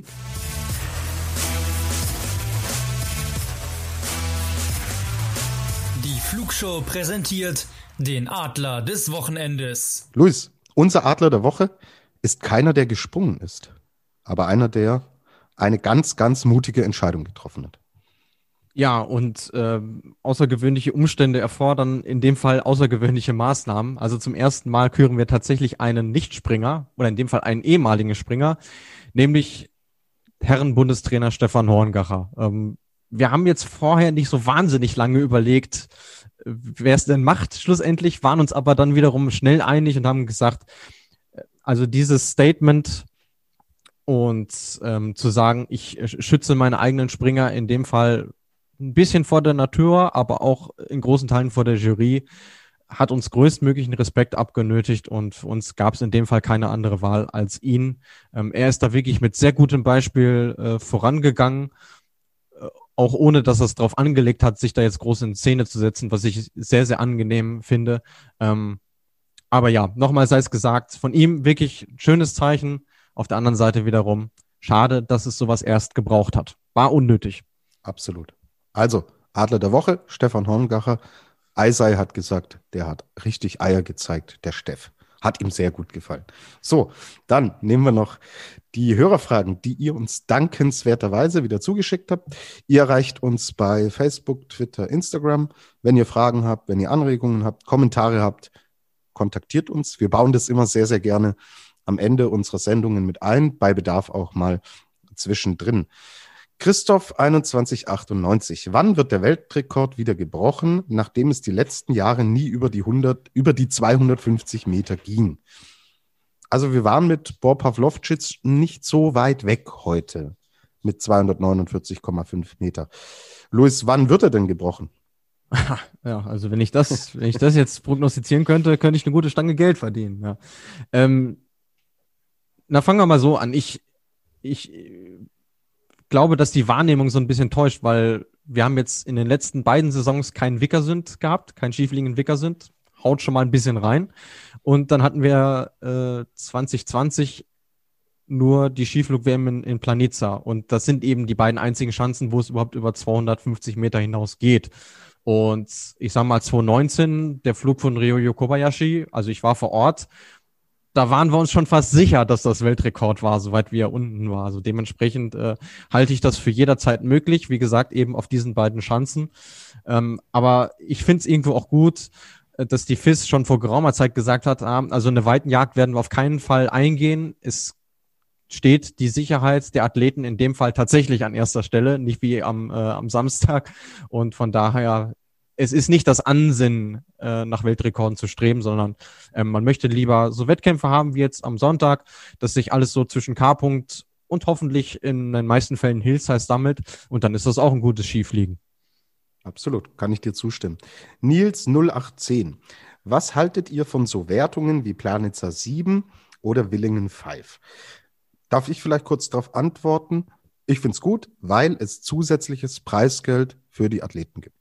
Die Flugshow präsentiert den Adler des Wochenendes. Luis, unser Adler der Woche ist keiner, der gesprungen ist, aber einer, der eine ganz, ganz mutige Entscheidung getroffen hat. Ja, und äh, außergewöhnliche Umstände erfordern in dem Fall außergewöhnliche Maßnahmen. Also zum ersten Mal küren wir tatsächlich einen Nichtspringer oder in dem Fall einen ehemaligen Springer, nämlich Herren-Bundestrainer Stefan Horngacher. Ähm, wir haben jetzt vorher nicht so wahnsinnig lange überlegt, wer es denn macht schlussendlich, waren uns aber dann wiederum schnell einig und haben gesagt, also dieses Statement und ähm, zu sagen, ich schütze meine eigenen Springer in dem Fall ein bisschen vor der Natur, aber auch in großen Teilen vor der Jury, hat uns größtmöglichen Respekt abgenötigt und für uns gab es in dem Fall keine andere Wahl als ihn. Ähm, er ist da wirklich mit sehr gutem Beispiel äh, vorangegangen, äh, auch ohne, dass er es darauf angelegt hat, sich da jetzt groß in Szene zu setzen, was ich sehr, sehr angenehm finde. Ähm, aber ja, nochmal sei es gesagt, von ihm wirklich ein schönes Zeichen. Auf der anderen Seite wiederum, schade, dass es sowas erst gebraucht hat. War unnötig. Absolut. Also, Adler der Woche, Stefan Horngacher. Eisei hat gesagt, der hat richtig Eier gezeigt, der Steff. Hat ihm sehr gut gefallen. So, dann nehmen wir noch die Hörerfragen, die ihr uns dankenswerterweise wieder zugeschickt habt. Ihr erreicht uns bei Facebook, Twitter, Instagram. Wenn ihr Fragen habt, wenn ihr Anregungen habt, Kommentare habt, kontaktiert uns. Wir bauen das immer sehr, sehr gerne am Ende unserer Sendungen mit ein, bei Bedarf auch mal zwischendrin. Christoph einundzwanzig achtundneunzig. Wann wird der Weltrekord wieder gebrochen, nachdem es die letzten Jahre nie über die hundert, über die zweihundertfünfzig Meter ging? Also wir waren mit Bor Pavlovcic nicht so weit weg heute mit zweihundertneunundvierzig Komma fünf Meter. Luis, wann wird er denn gebrochen? Ja, also wenn ich das, wenn ich das jetzt prognostizieren könnte, könnte ich eine gute Stange Geld verdienen. Ja. Ähm, na, fangen wir mal so an. Ich, ich glaube, dass die Wahrnehmung so ein bisschen täuscht, weil wir haben jetzt in den letzten beiden Saisons keinen Wickersünd gehabt, keinen schiefliegenden Wickersünd. Haut schon mal ein bisschen rein. Und dann hatten wir äh, zwanzig zwanzig nur die Skiflug-W M in, in Planica. Und das sind eben die beiden einzigen Schanzen, wo es überhaupt über zweihundertfünfzig Meter hinaus geht. Und ich sag mal zwanzig neunzehn, der Flug von Ryoyo Kobayashi, also ich war vor Ort, da waren wir uns schon fast sicher, dass das Weltrekord war, soweit wie er unten war. Also dementsprechend äh, halte ich das für jederzeit möglich. Wie gesagt, eben auf diesen beiden Schanzen. Ähm, aber ich finde es irgendwo auch gut, dass die F I S schon vor geraumer Zeit gesagt hat, ah, also eine Weitenjagd werden wir auf keinen Fall eingehen. Es steht die Sicherheit der Athleten in dem Fall tatsächlich an erster Stelle, nicht wie am, äh, am Samstag. Und von daher es ist nicht das Ansinnen, äh, nach Weltrekorden zu streben, sondern ähm, man möchte lieber so Wettkämpfe haben wie jetzt am Sonntag, dass sich alles so zwischen K-Punkt und hoffentlich in den meisten Fällen Hill-Size sammelt und dann ist das auch ein gutes Skifliegen. Absolut, kann ich dir zustimmen. Nils null acht zehn. Was haltet ihr von so Wertungen wie Planitzer sieben oder Willingen fünf? Darf ich vielleicht kurz darauf antworten? Ich finde es gut, weil es zusätzliches Preisgeld für die Athleten gibt.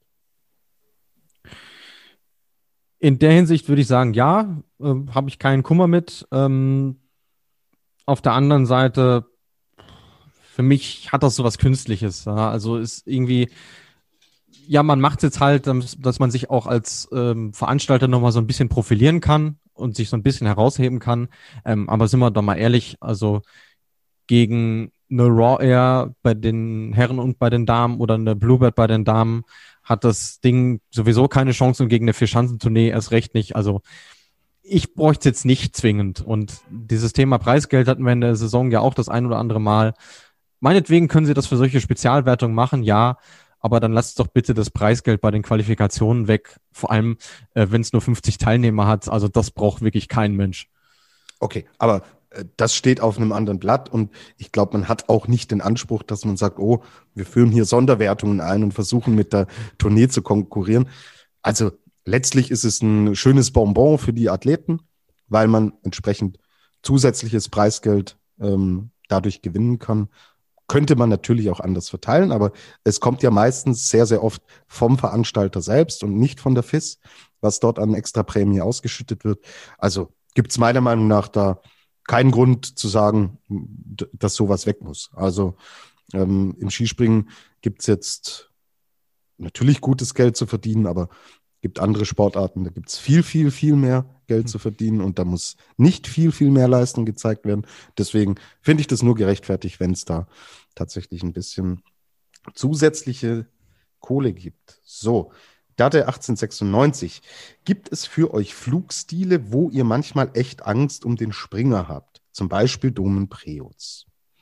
In der Hinsicht würde ich sagen, ja, äh, habe ich keinen Kummer mit. Ähm, auf der anderen Seite, für mich hat das so was Künstliches. Ja? Also ist irgendwie, ja, man macht es jetzt halt, dass man sich auch als ähm, Veranstalter nochmal so ein bisschen profilieren kann und sich so ein bisschen herausheben kann. Ähm, aber sind wir doch mal ehrlich, also gegen eine Raw Air bei den Herren und bei den Damen oder eine Bluebird bei den Damen hat das Ding sowieso keine Chance und gegen eine Vierschanzentournee erst recht nicht. Also ich bräuchte es jetzt nicht zwingend. Und dieses Thema Preisgeld hatten wir in der Saison ja auch das ein oder andere Mal. Meinetwegen können sie das für solche Spezialwertungen machen, ja, aber dann lasst doch bitte das Preisgeld bei den Qualifikationen weg. Vor allem, äh, wenn es nur fünfzig Teilnehmer hat. Also das braucht wirklich kein Mensch. Okay, aber äh, das steht auf einem anderen Blatt und ich glaube, man hat auch nicht den Anspruch, dass man sagt, oh, wir führen hier Sonderwertungen ein und versuchen mit der Tournee zu konkurrieren. Also letztlich ist es ein schönes Bonbon für die Athleten, weil man entsprechend zusätzliches Preisgeld ähm, dadurch gewinnen kann. Könnte man natürlich auch anders verteilen, aber es kommt ja meistens sehr, sehr oft vom Veranstalter selbst und nicht von der F I S, was dort an Extraprämie ausgeschüttet wird. Also gibt es meiner Meinung nach da keinen Grund zu sagen, dass sowas weg muss. Also ähm, im Skispringen gibt es jetzt natürlich gutes Geld zu verdienen, aber gibt andere Sportarten, da gibt es viel, viel, viel mehr Geld zu verdienen und da muss nicht viel, viel mehr Leistung gezeigt werden. Deswegen finde ich das nur gerechtfertigt, wenn es da tatsächlich ein bisschen zusätzliche Kohle gibt. So, Date achtzehnhundertsechsundneunzig. Gibt es für euch Flugstile, wo ihr manchmal echt Angst um den Springer habt? Zum Beispiel Domen Preutz.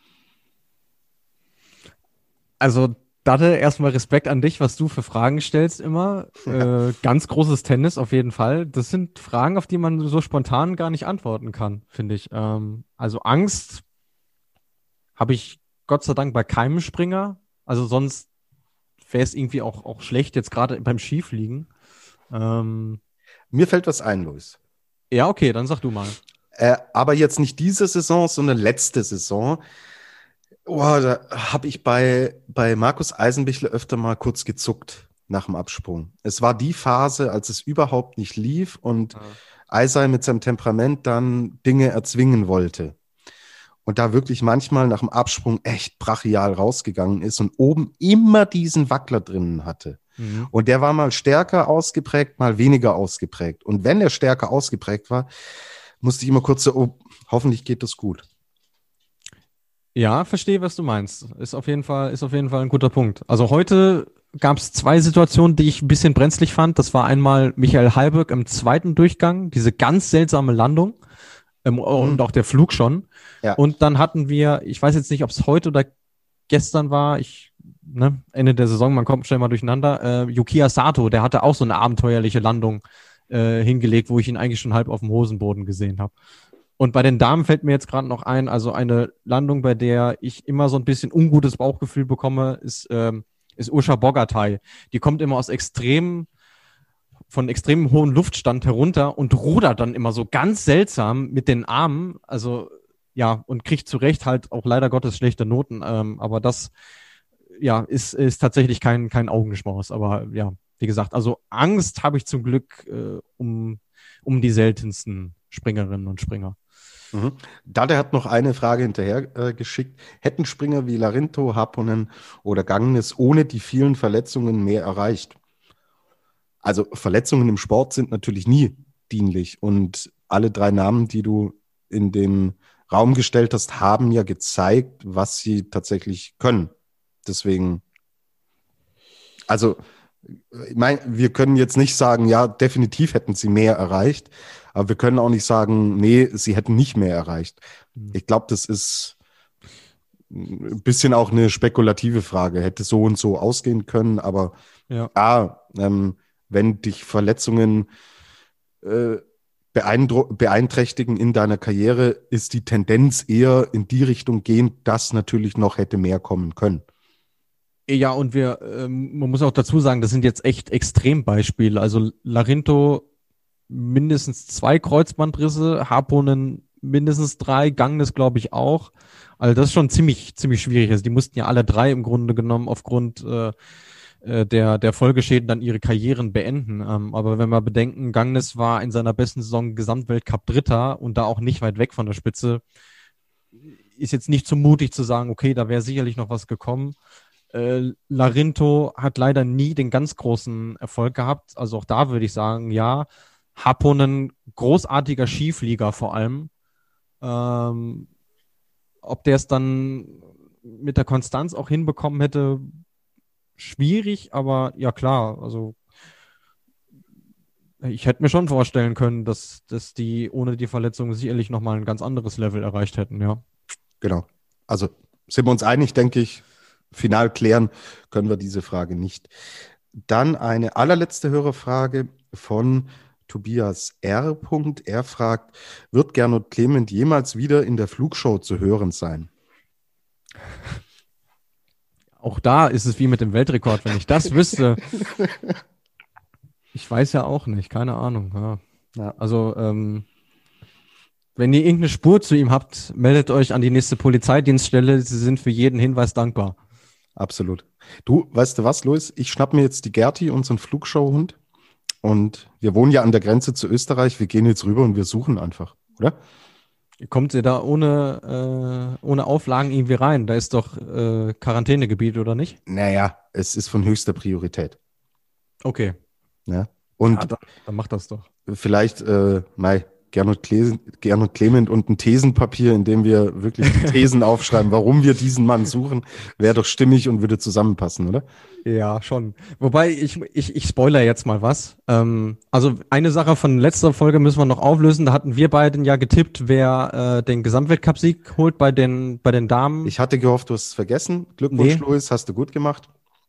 Also Date, erstmal Respekt an dich, was du für Fragen stellst immer. Äh, ganz großes Tennis auf jeden Fall. Das sind Fragen, auf die man so spontan gar nicht antworten kann, finde ich. Ähm, also Angst habe ich Gott sei Dank bei keinem Springer. Also sonst wäre es irgendwie auch, auch schlecht, jetzt gerade beim Skifliegen. Ähm, Mir fällt was ein, Luis. ja, okay, dann sag du mal. Äh, aber jetzt nicht diese Saison, sondern letzte Saison. Oh, da habe ich bei, bei Markus Eisenbichler öfter mal kurz gezuckt nach dem Absprung. Es war die Phase, als es überhaupt nicht lief und ja. Eisei mit seinem Temperament dann Dinge erzwingen wollte. Und da wirklich manchmal nach dem Absprung echt brachial rausgegangen ist und oben immer diesen Wackler drinnen hatte. Mhm. Und der war mal stärker ausgeprägt, mal weniger ausgeprägt. Und wenn er stärker ausgeprägt war, musste ich immer kurz so, oh, hoffentlich geht das gut. Ja, verstehe, was du meinst. Ist auf jeden Fall, ist auf jeden Fall ein guter Punkt. Also heute gab es zwei Situationen, die ich ein bisschen brenzlig fand. Das war einmal Michael Halberg im zweiten Durchgang, diese ganz seltsame Landung ähm, mhm. und auch der Flug schon. Ja. Und dann hatten wir, ich weiß jetzt nicht, ob es heute oder gestern war, ich, ne, Ende der Saison, man kommt schnell mal durcheinander, äh, Yukiya Sato, der hatte auch so eine abenteuerliche Landung äh, hingelegt, wo ich ihn eigentlich schon halb auf dem Hosenboden gesehen habe. Und bei den Damen fällt mir jetzt gerade noch ein, also eine Landung, bei der ich immer so ein bisschen ungutes Bauchgefühl bekomme, ist, ähm, ist Usha Bogatay. Die kommt immer aus extrem, von extrem hohem Luftstand herunter und rudert dann immer so ganz seltsam mit den Armen, also ja, und kriegt zu Recht halt auch leider Gottes schlechte Noten, ähm, aber das, ja, ist, ist tatsächlich kein, kein Augenschmaus, aber ja, wie gesagt, also Angst habe ich zum Glück äh, um, um die seltensten Springerinnen und Springer. Mhm. Dade hat noch eine Frage hinterher äh, geschickt. Hätten Springer wie Larinto, Haponen oder Gangnes ohne die vielen Verletzungen mehr erreicht? Also Verletzungen im Sport sind natürlich nie dienlich und alle drei Namen, die du in den Raum gestellt hast, haben ja gezeigt, was sie tatsächlich können. Deswegen, also ich meine, wir können jetzt nicht sagen, ja, definitiv hätten sie mehr erreicht, aber wir können auch nicht sagen, nee, sie hätten nicht mehr erreicht. Ich glaube, das ist ein bisschen auch eine spekulative Frage. Hätte so und so ausgehen können, aber ja, ja ähm, wenn dich Verletzungen äh, beeindru- beeinträchtigen in deiner Karriere, ist die Tendenz eher in die Richtung gehend, dass natürlich noch hätte mehr kommen können. Ja, und wir, ähm, man muss auch dazu sagen, das sind jetzt echt Extrembeispiele. Also Larinto mindestens zwei Kreuzbandrisse, Harponen mindestens drei, Gangnes glaube ich auch. Also das ist schon ziemlich, ziemlich schwierig. Also die mussten ja alle drei im Grunde genommen aufgrund äh, äh, der, der Folgeschäden dann ihre Karrieren beenden. Ähm, aber wenn wir bedenken, Gangnes war in seiner besten Saison Gesamtweltcup Dritter und da auch nicht weit weg von der Spitze, ist jetzt nicht zu mutig zu sagen, okay, da wäre sicherlich noch was gekommen. Äh, Larinto hat leider nie den ganz großen Erfolg gehabt. Also auch da würde ich sagen, ja, Harponen, großartiger Skiflieger vor allem. Ähm, ob der es dann mit der Konstanz auch hinbekommen hätte, schwierig, aber ja klar, also ich hätte mir schon vorstellen können, dass, dass die ohne die Verletzung sicherlich nochmal ein ganz anderes Level erreicht hätten, ja. Genau. Also sind wir uns einig, denke ich. Final klären können wir diese Frage nicht. Dann eine allerletzte Hörerfrage von Tobias R. Er fragt, wird Gernot Clement jemals wieder in der Flugshow zu hören sein? Auch da ist es wie mit dem Weltrekord, wenn ich das wüsste. Ich weiß ja auch nicht, keine Ahnung. Ja. Ja. Also, ähm, wenn ihr irgendeine Spur zu ihm habt, meldet euch an die nächste Polizeidienststelle. Sie sind für jeden Hinweis dankbar. Absolut. Du, weißt du was, Luis? Ich schnapp mir jetzt die Gerti, unseren Flugshow-Hund. Und wir wohnen ja an der Grenze zu Österreich. Wir gehen jetzt rüber und wir suchen einfach, oder? Kommt ihr da ohne, äh, ohne Auflagen irgendwie rein? Da ist doch äh, Quarantänegebiet, oder nicht? Naja, es ist von höchster Priorität. Okay. Ja. Und ja, dann, dann macht das doch. Vielleicht, äh, Mai, Gernot, Kle- Gernot Clement und ein Thesenpapier, in dem wir wirklich die Thesen aufschreiben, warum wir diesen Mann suchen, wäre doch stimmig und würde zusammenpassen, oder? Ja, schon. Wobei, ich, ich, ich spoiler jetzt mal was. Ähm, also eine Sache von letzter Folge müssen wir noch auflösen. Da hatten wir beiden ja getippt, wer äh, den Gesamtweltcup-Sieg holt bei den, bei den Damen. Ich hatte gehofft, du hast es vergessen. Glückwunsch, nee. Luis, hast du gut gemacht.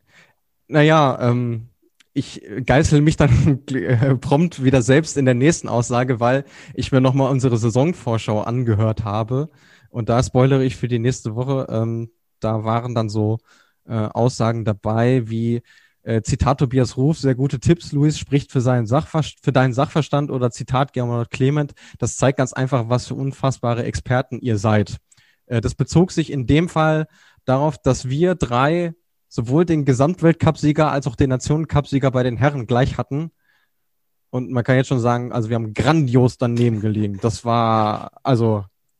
Naja, ähm, ich geißel mich dann prompt wieder selbst in der nächsten Aussage, weil ich mir nochmal unsere Saisonvorschau angehört habe. Und da spoilere ich für die nächste Woche. Ähm, da waren dann so äh, Aussagen dabei wie äh, Zitat Tobias Ruf, sehr gute Tipps, Luis spricht für seinen Sachver- für deinen Sachverstand, oder Zitat Gernot Clement, das zeigt ganz einfach, was für unfassbare Experten ihr seid. Äh, das bezog sich in dem Fall darauf, dass wir drei sowohl den Gesamtweltcup-Sieger als auch den Nationen-Cup-Sieger bei den Herren gleich hatten. Und man kann jetzt schon sagen, also wir haben grandios daneben gelegen. Das war, also,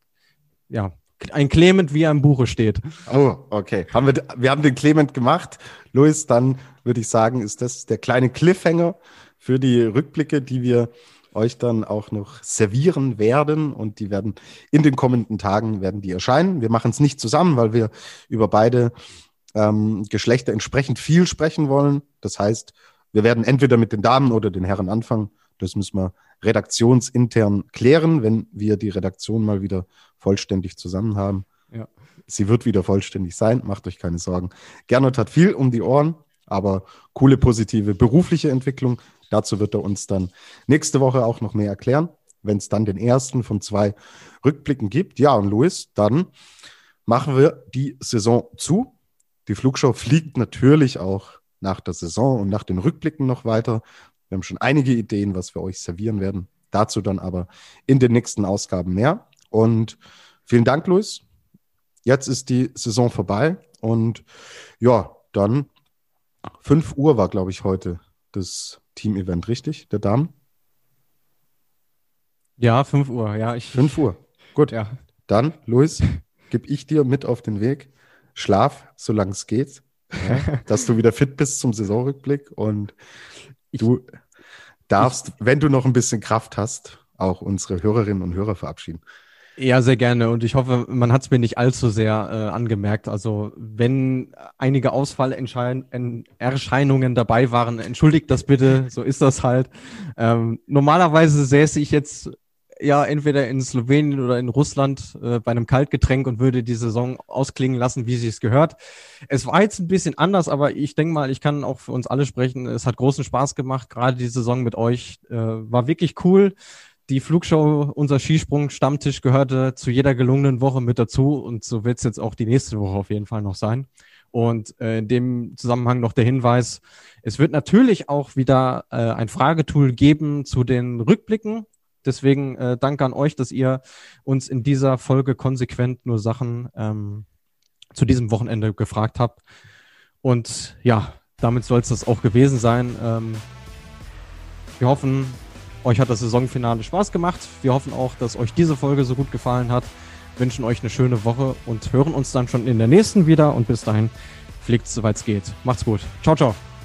ja, ein Clement, wie er im Buche steht. Oh, okay. Haben wir, wir haben den Clement gemacht. Luis, dann würde ich sagen, ist das der kleine Cliffhanger für die Rückblicke, die wir euch dann auch noch servieren werden. Und die werden in den kommenden Tagen werden die erscheinen. Wir machen es nicht zusammen, weil wir über beide Ähm, Geschlechter entsprechend viel sprechen wollen. Das heißt, wir werden entweder mit den Damen oder den Herren anfangen. Das müssen wir redaktionsintern klären, wenn wir die Redaktion mal wieder vollständig zusammen haben. Ja. Sie wird wieder vollständig sein, macht euch keine Sorgen. Gernot hat viel um die Ohren, aber coole, positive berufliche Entwicklung. Dazu wird er uns dann nächste Woche auch noch mehr erklären, wenn es dann den ersten von zwei Rückblicken gibt. Ja, und Luis, dann machen wir die Saison zu. Die Flugshow fliegt natürlich auch nach der Saison und nach den Rückblicken noch weiter. Wir haben schon einige Ideen, was wir euch servieren werden. Dazu dann aber in den nächsten Ausgaben mehr. Und vielen Dank, Luis. Jetzt ist die Saison vorbei. Und ja, dann fünf Uhr war, glaube ich, heute das Team-Event, richtig? Der Damen? Ja, fünf Uhr. Ja, ich, fünf Uhr. Gut. Ja. Dann, Luis, gebe ich dir mit auf den Weg. Schlaf, solange es geht, ja, dass du wieder fit bist zum Saisonrückblick, und ich, du darfst, ich, wenn du noch ein bisschen Kraft hast, auch unsere Hörerinnen und Hörer verabschieden. Ja, sehr gerne, und ich hoffe, man hat es mir nicht allzu sehr äh, angemerkt. Also wenn einige Ausfallerscheinungen dabei waren, entschuldigt das bitte, so ist das halt. Ähm, normalerweise säße ich jetzt ja entweder in Slowenien oder in Russland äh, bei einem Kaltgetränk und würde die Saison ausklingen lassen, wie sie es gehört. Es war jetzt ein bisschen anders, aber ich denke mal, ich kann auch für uns alle sprechen. Es hat großen Spaß gemacht, gerade die Saison mit euch. Äh, war wirklich cool. Die Flugshow, unser Skisprung-Stammtisch gehörte zu jeder gelungenen Woche mit dazu und so wird es jetzt auch die nächste Woche auf jeden Fall noch sein. Und äh, in dem Zusammenhang noch der Hinweis, es wird natürlich auch wieder äh, ein Fragetool geben zu den Rückblicken. Deswegen äh, danke an euch, dass ihr uns in dieser Folge konsequent nur Sachen ähm, zu diesem Wochenende gefragt habt. Und ja, damit soll es das auch gewesen sein. Ähm, wir hoffen, euch hat das Saisonfinale Spaß gemacht. Wir hoffen auch, dass euch diese Folge so gut gefallen hat. Wünschen euch eine schöne Woche und hören uns dann schon in der nächsten wieder. Und bis dahin, fliegt soweit es geht. Macht's gut. Ciao, ciao.